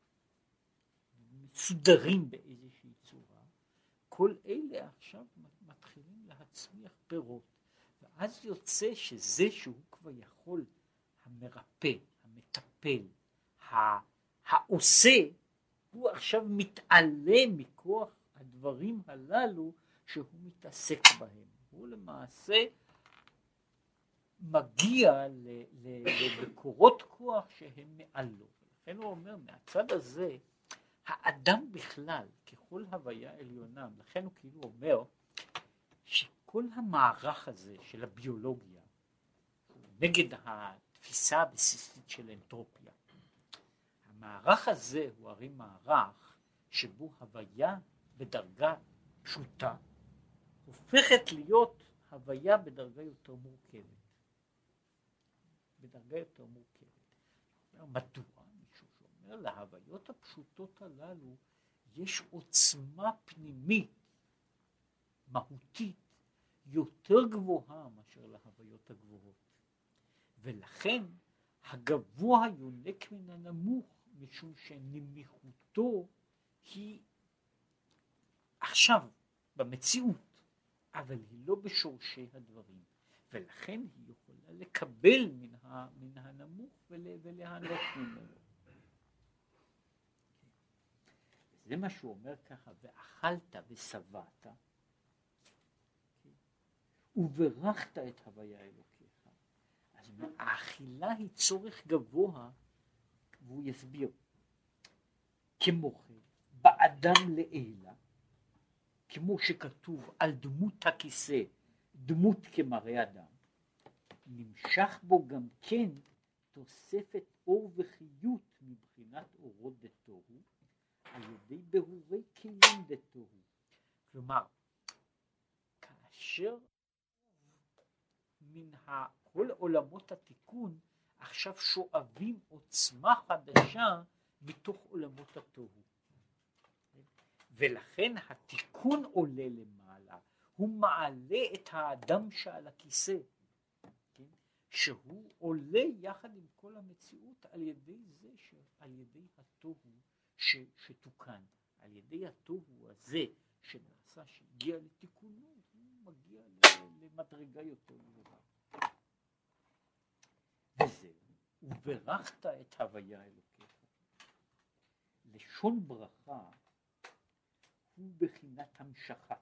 מסודרים באיזושהי צורה, כל אלה עכשיו מתחילים להצמיח פירות, ואז יוצא שזה שהוא כבר יכול, המרפא, המטפל, העושה, הוא עכשיו מתעלה מכוח הדברים הללו שהוא מתעסק בהם. הוא למעשה מגיע למקורות כוח שהם מעלו. לכן הוא אומר, מהצד הזה, האדם בכלל, ככל הוויה עליונה, לכן הוא כאילו אומר שכל המערך הזה של הביולוגיה, נגד התפיסה הבסיסית של אנטרופיה, המערך הזה הוא הרי מערך שבו הוויה בדרגה פשוטה הופכת להיות הוויה בדרגה יותר מורכבת. בדרגה יותר מורכבת. מדוע? מישהו שאומר, להוויות הפשוטות הללו יש עוצמה פנימית, מהותית, יותר גבוהה מאשר להוויות הגבוהות. ולכן הגבוה יונק מן הנמוך, משום שנמיכותו היא עכשיו במציאות, אבל היא לא בשורשי הדברים, ולכן היא יכולה לקבל מן, ה, מן הנמוך ול, ולהנות ממנו. זה מה שהוא אומר ככה, ואכלת ושבעת וברכת את הוויה אלוקיך. אז האכילה היא צורך גבוה, והוא יסביר. כמו כן, באדם לעילה, כמו שכתוב על דמות הכיסא, דמות כמראה אדם, נמשך בו גם כן תוספת אור וחיות מבחינת אורות דתוהו, על ידי בהורי כלים דתוהו. כלומר, כאשר מן כל עולמות התיקון עכשיו שואבים עוצמה חדשה מתוך עולמות התוהו. ולכן התיקון עולה למעלה, הוא מעלה את האדם שעל הכיסא, כן? שהוא עולה יחד עם כל המציאות על ידי זה, על ידי התוהו ש, שתוקן, על ידי התוהו הזה שנעשה, שהגיע לתיקונו, הוא מגיע למדרגה יותר גבוהה. וזהו, וברכת את הוויה אלוקיך. לשון ברכה הוא בחינת המשכה,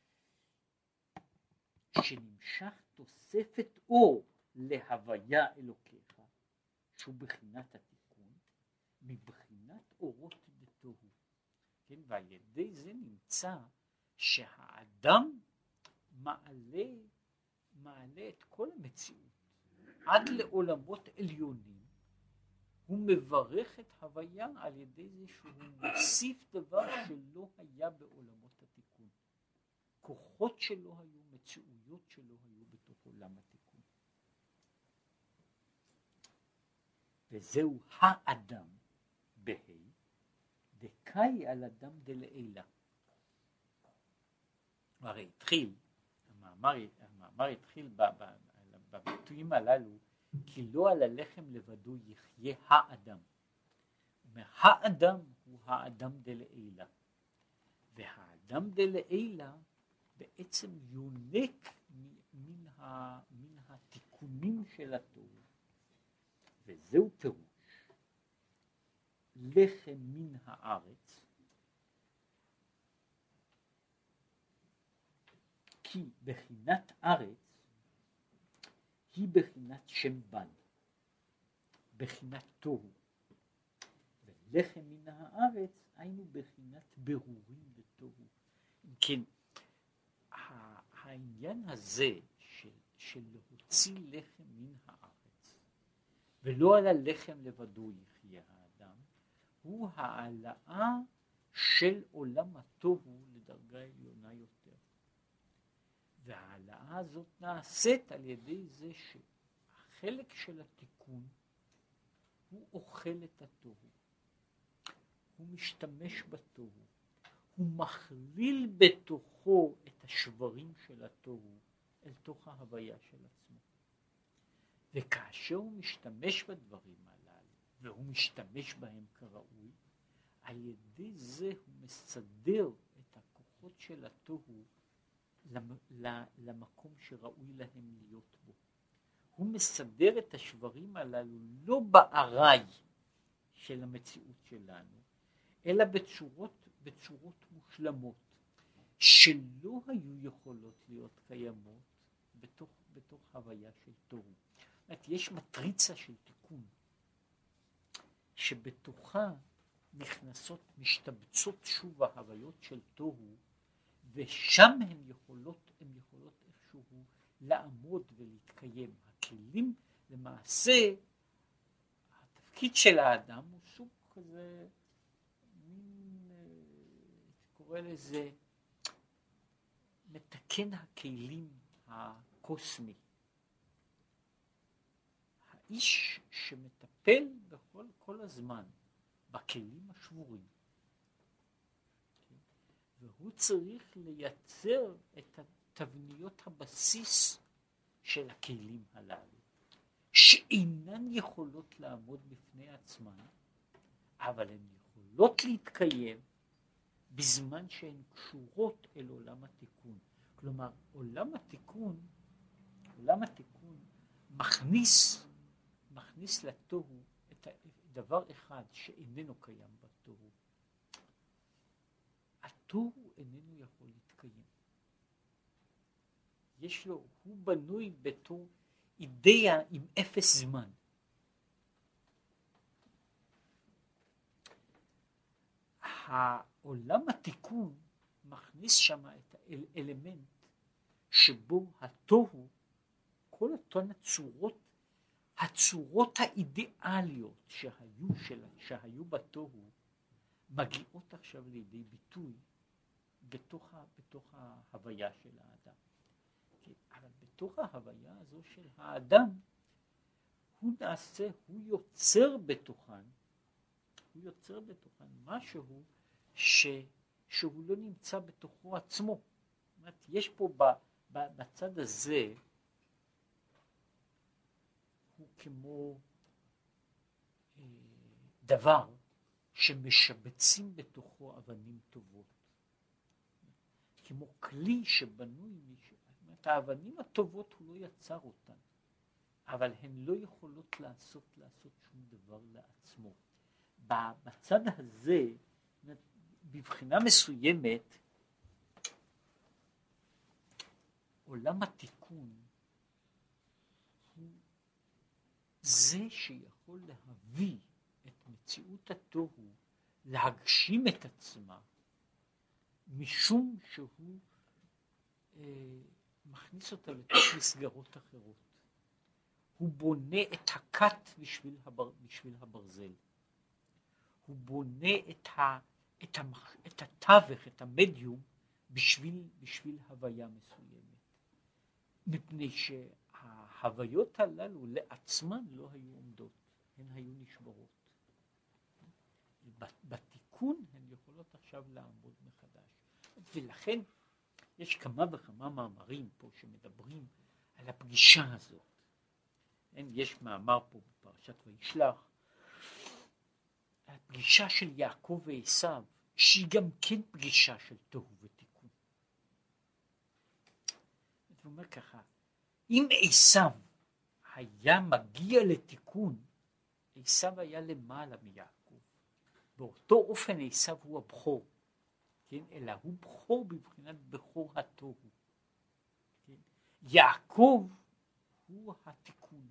שנמשך תוספת אור להוויה אלוקיך, שהוא בחינת התיקון, מבחינת אורות דתוהו. כן? ועל ידי זה נמצא שהאדם מעלה, מעלה את כל המציאות עד לעולמות עליונים. הוא מברך את הוויה על ידי זה שהוא מוסיף דבר שלא היה בעולמות התיקון. כוחות שלא היו, מציאויות שלא היו בתוך עולם התיקון. וזהו האדם בהי, דקאי על אדם דלעילה. הרי התחיל, המאמר, המאמר התחיל בביטויים הללו, כי לא על הלחם לבדו יחיה האדם. האדם הוא האדם דלעילה. והאדם דלעילה בעצם יונק מן, ה, מן התיקונים של התורה. וזהו פירוש. לחם מן הארץ, כי בחינת ארץ היא בחינת שם בן, בחינת תוהו, ולחם מן הארץ היינו בחינת ברורים ותוהו. אם כן, העניין הזה של, של להוציא לחם מן הארץ ולא על הלחם לבדו יחיה האדם, הוא העלאה של עולם התוהו לדרגה עליונה יותר. וההעלאה הזאת נעשית על ידי זה שהחלק של התיקון הוא אוכל את התוהו, הוא משתמש בתוהו, הוא מכליל בתוכו את השברים של התוהו אל תוך ההוויה של עצמו. וכאשר הוא משתמש בדברים הללו והוא משתמש בהם כראוי, על ידי זה הוא מסדר את הכוחות של התוהו למקום שראוי להם להיות בו. הוא מסדר את השברים הללו לא בערי של המציאות שלנו, אלא בצורות, בצורות מושלמות, שלא היו יכולות להיות קיימות בתוך, בתוך הוויה של תוהו. זאת אומרת, יש מטריצה של תיקון, שבתוכה נכנסות, משתבצות שוב ההוויות של תוהו, ושם הן יכולות, הן יכולות איכשהו לעמוד ולהתקיים. הכלים, למעשה, התפקיד של האדם הוא סוג כזה, מין, קורא לזה, מתקן הכלים הקוסמי. האיש שמטפל בכל כל הזמן בכלים השבורים, והוא צריך לייצר את תבניות הבסיס של הכלים הללו, שאינן יכולות לעמוד בפני עצמן, אבל הן יכולות להתקיים בזמן שהן קשורות אל עולם התיקון. כלומר, עולם התיקון, עולם התיקון מכניס, מכניס לתוהו את דבר אחד שאיננו קיים בתוהו. התוהו איננו יכול להתקיים. יש לו, הוא בנוי בתור אידאה עם אפס זמן. העולם התיקון מכניס שם את האלמנט שבו התוהו, כל אותן הצורות, הצורות האידיאליות שהיו, שלה, שהיו בתוהו, מגיעות עכשיו לידי ביטוי בתוך, בתוך ההוויה של האדם. אבל בתוך ההוויה הזו של האדם, הוא נעשה, הוא יוצר בתוכן, הוא יוצר בתוכן משהו ש, שהוא לא נמצא בתוכו עצמו. זאת אומרת, יש פה ב, ב, בצד הזה, הוא כמו אה, דבר שמשבצים בתוכו אבנים טובות. כמו כלי שבנוי, זאת אומרת, האבנים הטובות הוא לא יצר אותן, אבל הן לא יכולות לעשות, לעשות שום דבר לעצמו. בצד הזה, בבחינה מסוימת, עולם התיקון הוא זה שיכול להביא את מציאות התוהו, להגשים את עצמה, משום שהוא אה, מכניס אותה לתוך מסגרות אחרות. הוא בונה את הכת בשביל, הבר, בשביל הברזל. הוא בונה את, ה, את, המח, את התווך, את המדיום, בשביל, בשביל הוויה מסוימת. מפני שההוויות הללו לעצמן לא היו עומדות, הן היו נשברות. בתיקון הן יכולות עכשיו לעמוד מחדש. ולכן יש כמה וכמה מאמרים פה שמדברים על הפגישה הזאת. יש מאמר פה בפרשת וישלח, הפגישה של יעקב ועשיו, שהיא גם כן פגישה של תוהו ותיקון. הוא אומר ככה, אם עשיו היה מגיע לתיקון, עשיו היה למעלה מיעקב. באותו אופן עשיו הוא הבכור, כן? אלא הוא בכור בבחינת בכור התוהו. כן? יעקב הוא התיקון.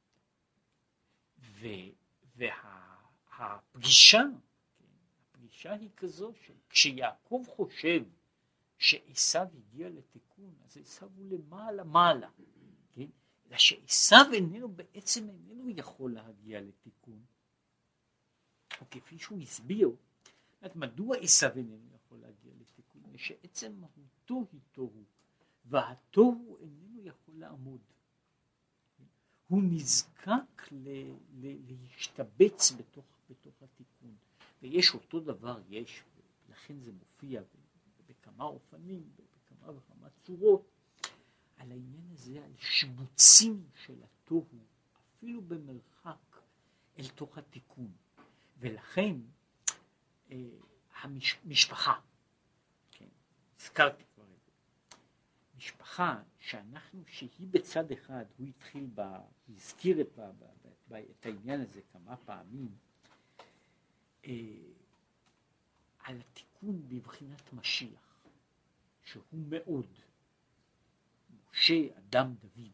ו, והפגישה, כן? הפגישה היא כזו שכשיעקב חושב שעשיו הגיע לתיקון, אז עשיו הוא למעלה מעלה. כן? אלא שעשיו איננו, בעצם איננו יכול להגיע לתיקון. וכפי שהוא הסביר, מדוע עשיו איננו יכול להגיע לתיקון? שעצם מהותו היא תוהו, והתוהו איננו יכול לעמוד. הוא נזקק ל, ל, להשתבץ בתוך, בתוך התיקון. ויש אותו דבר, יש, לכן זה מופיע בכמה אופנים, בכמה וכמה צורות, על העניין הזה, על שיבוצים של התוהו, אפילו במרחק אל תוך התיקון. ולכן אה, המשפחה, כן, הזכרתי כבר את זה, משפחה שאנחנו, שהיא בצד אחד, הוא התחיל, ב, הוא הזכיר את, ב, ב, ב, את העניין הזה כמה פעמים, אה, על התיקון בבחינת משיח, שהוא מאוד, משה, אדם, דוד,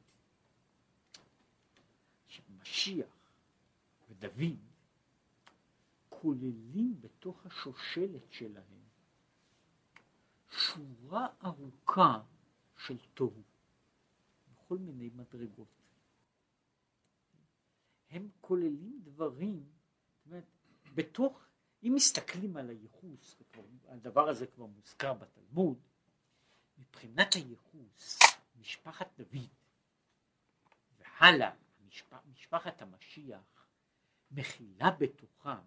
שמשיח ודוד, כוללים בתוך השושלת שלהם שורה ארוכה של תוהו, בכל מיני מדרגות. הם כוללים דברים, זאת אומרת, בתוך, אם מסתכלים על הייחוס, הדבר הזה כבר מוזכר בתלמוד, מבחינת הייחוס, משפחת דוד והלאה, משפח, משפחת המשיח, מכילה בתוכה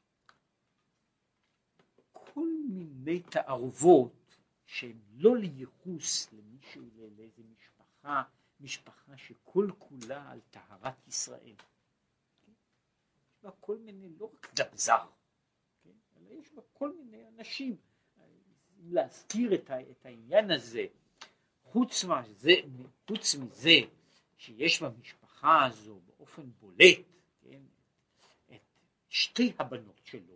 כל מיני תערובות שהן לא לייחוס למישהו, לאיזה משפחה, משפחה שכל כולה על טהרת ישראל. יש בה כל מיני, לא רק דבזר, אלא יש בה כל מיני אנשים. להזכיר את, ה, את העניין הזה, חוץ מזה, חוץ מזה שיש במשפחה הזו באופן בולט, כן, את שתי הבנות שלו,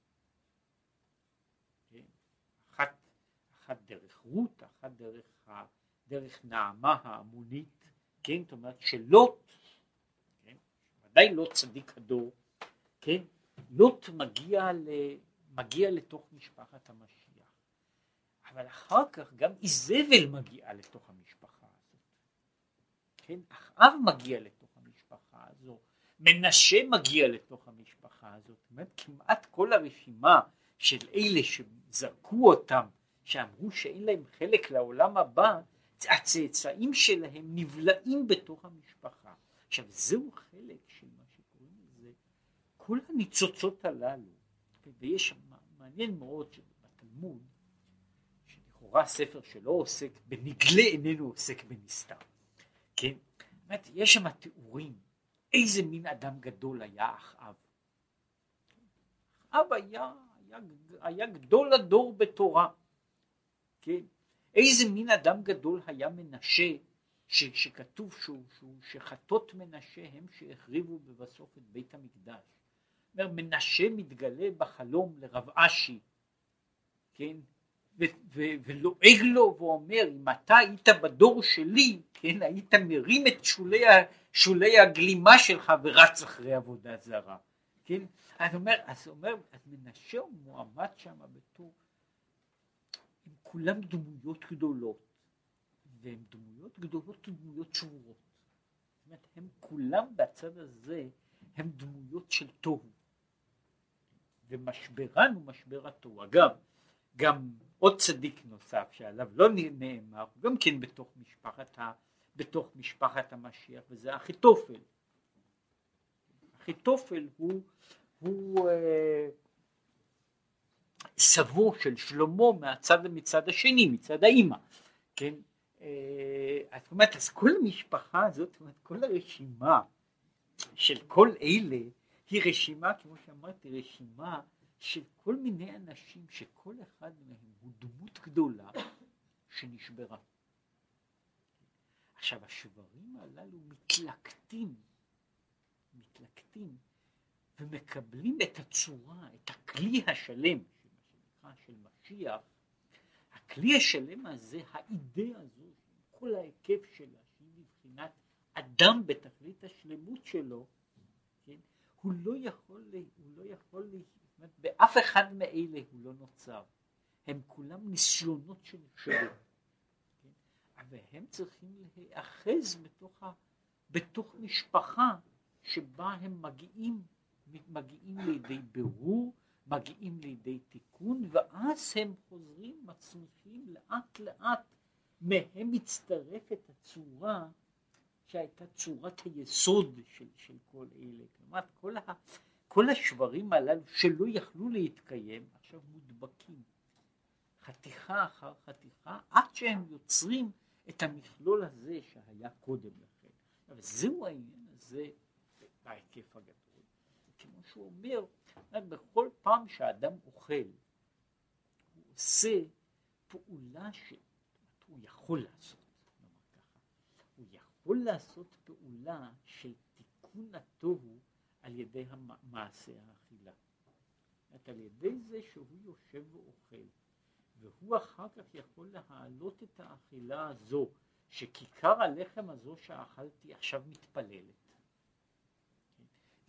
כן, אחת, אחת דרך רות, אחת דרך, ה, דרך נעמה העמונית, כן, זאת אומרת שלוט, כן, ודאי לא צדיק הדור, כן, לוט מגיע, ל, מגיע לתוך משפחת המשיח. אבל אחר כך גם איזבל מגיעה לתוך המשפחה הזאת. כן, אחאב מגיע לתוך המשפחה הזו, מנשה מגיע לתוך המשפחה הזאת. זאת אומרת, כמעט כל הרשימה של אלה שזרקו אותם, שאמרו שאין להם חלק לעולם הבא, הצאצאים שלהם נבלעים בתוך המשפחה. עכשיו, זהו חלק של מה שקוראים לזה, כל הניצוצות הללו, ויש מעניין מאוד שבתלמוד, לכאורה ספר שלא עוסק בנגלה איננו עוסק בנסתר, כן? זאת יש שם תיאורים איזה מין אדם גדול היה אחאב. אחאב היה, היה, היה גדול הדור בתורה, כן? איזה מין אדם גדול היה מנשה, ש, שכתוב שהוא, שהוא, שחטות מנשה הם שהחריבו בבסוף את בית המקדש. אומר, מנשה מתגלה בחלום לרב אשי, כן? ולועג לו ואומר, אם אתה היית בדור שלי, כן, היית מרים את שולי, שולי הגלימה שלך ורץ אחרי עבודה זרה, כן. אז אומר, אז אומר, אז מנשה הוא מועמד שם בתור, הם כולם דמויות גדולות, והם דמויות גדולות ודמויות שבורות. זאת אומרת, הם כולם בצד הזה, הם דמויות של תוהו. ומשברן הוא משבר התוהו. אגב, גם עוד צדיק נוסף שעליו לא נאמר, גם כן בתוך משפחת, ה, בתוך משפחת המשיח, וזה אחיתופל. אחיתופל הוא, הוא אה, סבו של שלמה מהצד ומצד השני, מצד האמא. כן? אה, זאת אומרת, אז כל המשפחה הזאת, זאת אומרת, כל הרשימה של כל אלה, היא רשימה, כמו שאמרתי, רשימה של כל מיני אנשים שכל אחד מהם הוא דמות גדולה שנשברה. עכשיו השברים הללו מתלקטים, מתלקטים ומקבלים את הצורה, את הכלי השלם, שנקרא של משיח. הכלי השלם הזה, האידאה הזו, כל ההיקף שלה, שהיא מבחינת אדם בתכלית השלמות שלו, כן? הוא לא יכול, הוא לא יכול, באף אחד מאלה הוא לא נוצר. הם כולם ניסיונות של שלו. כן? אבל הם צריכים להיאחז בתוך, ה, בתוך משפחה שבה הם מגיעים, מגיעים לידי בירור, מגיעים לידי תיקון, ואז הם חוזרים, מצמיחים לאט לאט, מהם מצטרפת הצורה שהייתה צורת היסוד של, של כל אלה. כלומר, כל, ה, כל השברים הללו שלא יכלו להתקיים, עכשיו מודבקים, חתיכה אחר חתיכה, עד שהם יוצרים את המכלול הזה שהיה קודם לכן. אבל זהו העניין הזה בהיקף הגדול. כמו שהוא אומר, בכל פעם שהאדם אוכל, הוא עושה פעולה שהוא יכול לעשות. הוא יכול לעשות פעולה של תיקון התוהו על ידי מעשה האכילה. על ידי זה שהוא יושב ואוכל, והוא אחר כך יכול להעלות את האכילה הזו, שכיכר הלחם הזו שאכלתי עכשיו מתפללת.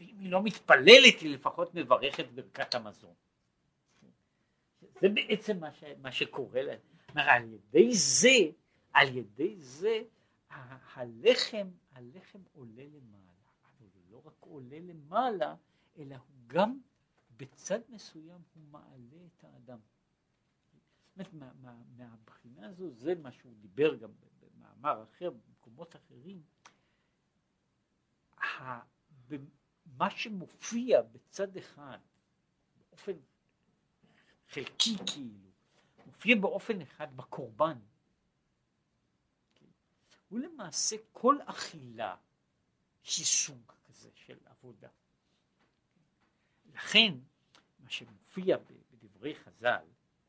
ואם היא לא מתפללת היא לפחות מברכת ברכת המזון. זה בעצם מה, ש, מה שקורה לה. על ידי זה, על ידי זה, ה- הלחם, הלחם עולה למעלה, אבל הוא לא רק עולה למעלה, אלא הוא גם בצד מסוים הוא מעלה את האדם. זאת אומרת, מה, מה, מהבחינה הזו, זה מה שהוא דיבר גם במאמר אחר, במקומות אחרים, מה שמופיע בצד אחד, באופן חלקי כאילו, מופיע באופן אחד בקורבן, הוא למעשה כל אכילה היא סוג כזה של עבודה. לכן, מה שמופיע בדברי חז"ל,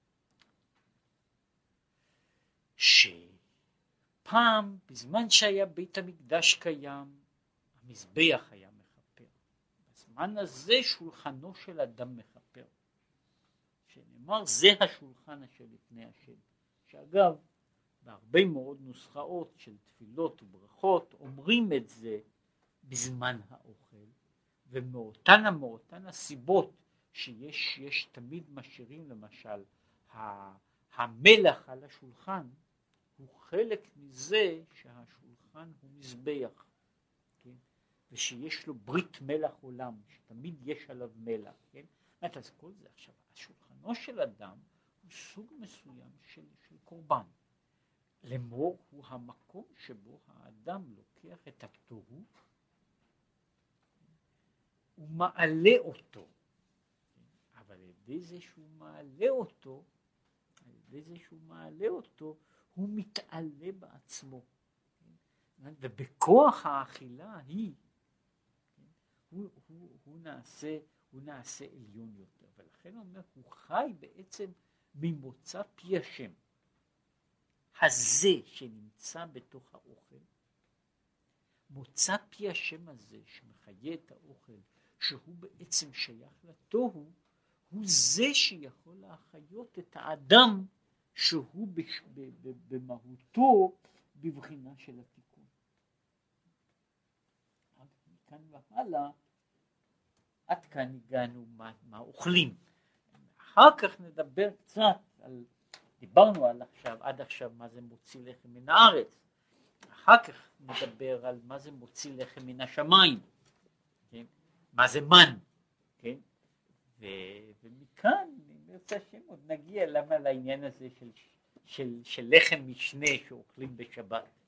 שפעם, בזמן שהיה בית המקדש קיים, המזבח היה מכפר. בזמן הזה שולחנו של אדם מכפר. שנאמר, זה השולחן אשר לפני השם. שאגב, בהרבה מאוד נוסחאות של תפילות וברכות, אומרים את זה בזמן האוכל, ומאותן מאותן הסיבות שיש יש תמיד משאירים, למשל, המלח על השולחן, הוא חלק מזה שהשולחן הוא מזבח, כן? ושיש לו ברית מלח עולם, שתמיד יש עליו מלח, כן? אז כל זה עכשיו, השולחנו של אדם הוא סוג מסוים של, של קורבן. לאמור הוא המקום שבו האדם לוקח את התוהו ומעלה אותו, אבל על ידי זה שהוא מעלה אותו, על ידי זה שהוא מעלה אותו, הוא מתעלה בעצמו, ובכוח האכילה היא, הוא, הוא, הוא, נעשה, הוא נעשה עליון יותר, ולכן הוא אומר, הוא חי בעצם ממוצא פי השם. הזה שנמצא בתוך האוכל, מוצא פי השם הזה שמחיה את האוכל, שהוא בעצם שייך לתוהו, הוא זה שיכול להחיות את האדם שהוא בש... במהותו בבחינה של התיקון. מכאן והלאה, עד כאן הגענו מה, מה אוכלים. אחר כך נדבר קצת על, דיברנו על עכשיו, עד עכשיו מה זה מוציא לחם מן הארץ. אחר כך נדבר על מה זה מוציא לחם מן השמיים. כן? מה זה מן. כן? ו, ומכאן, נרצה השם עוד נגיע למה לעניין הזה של, של, של לחם משנה שאוכלים בשבת.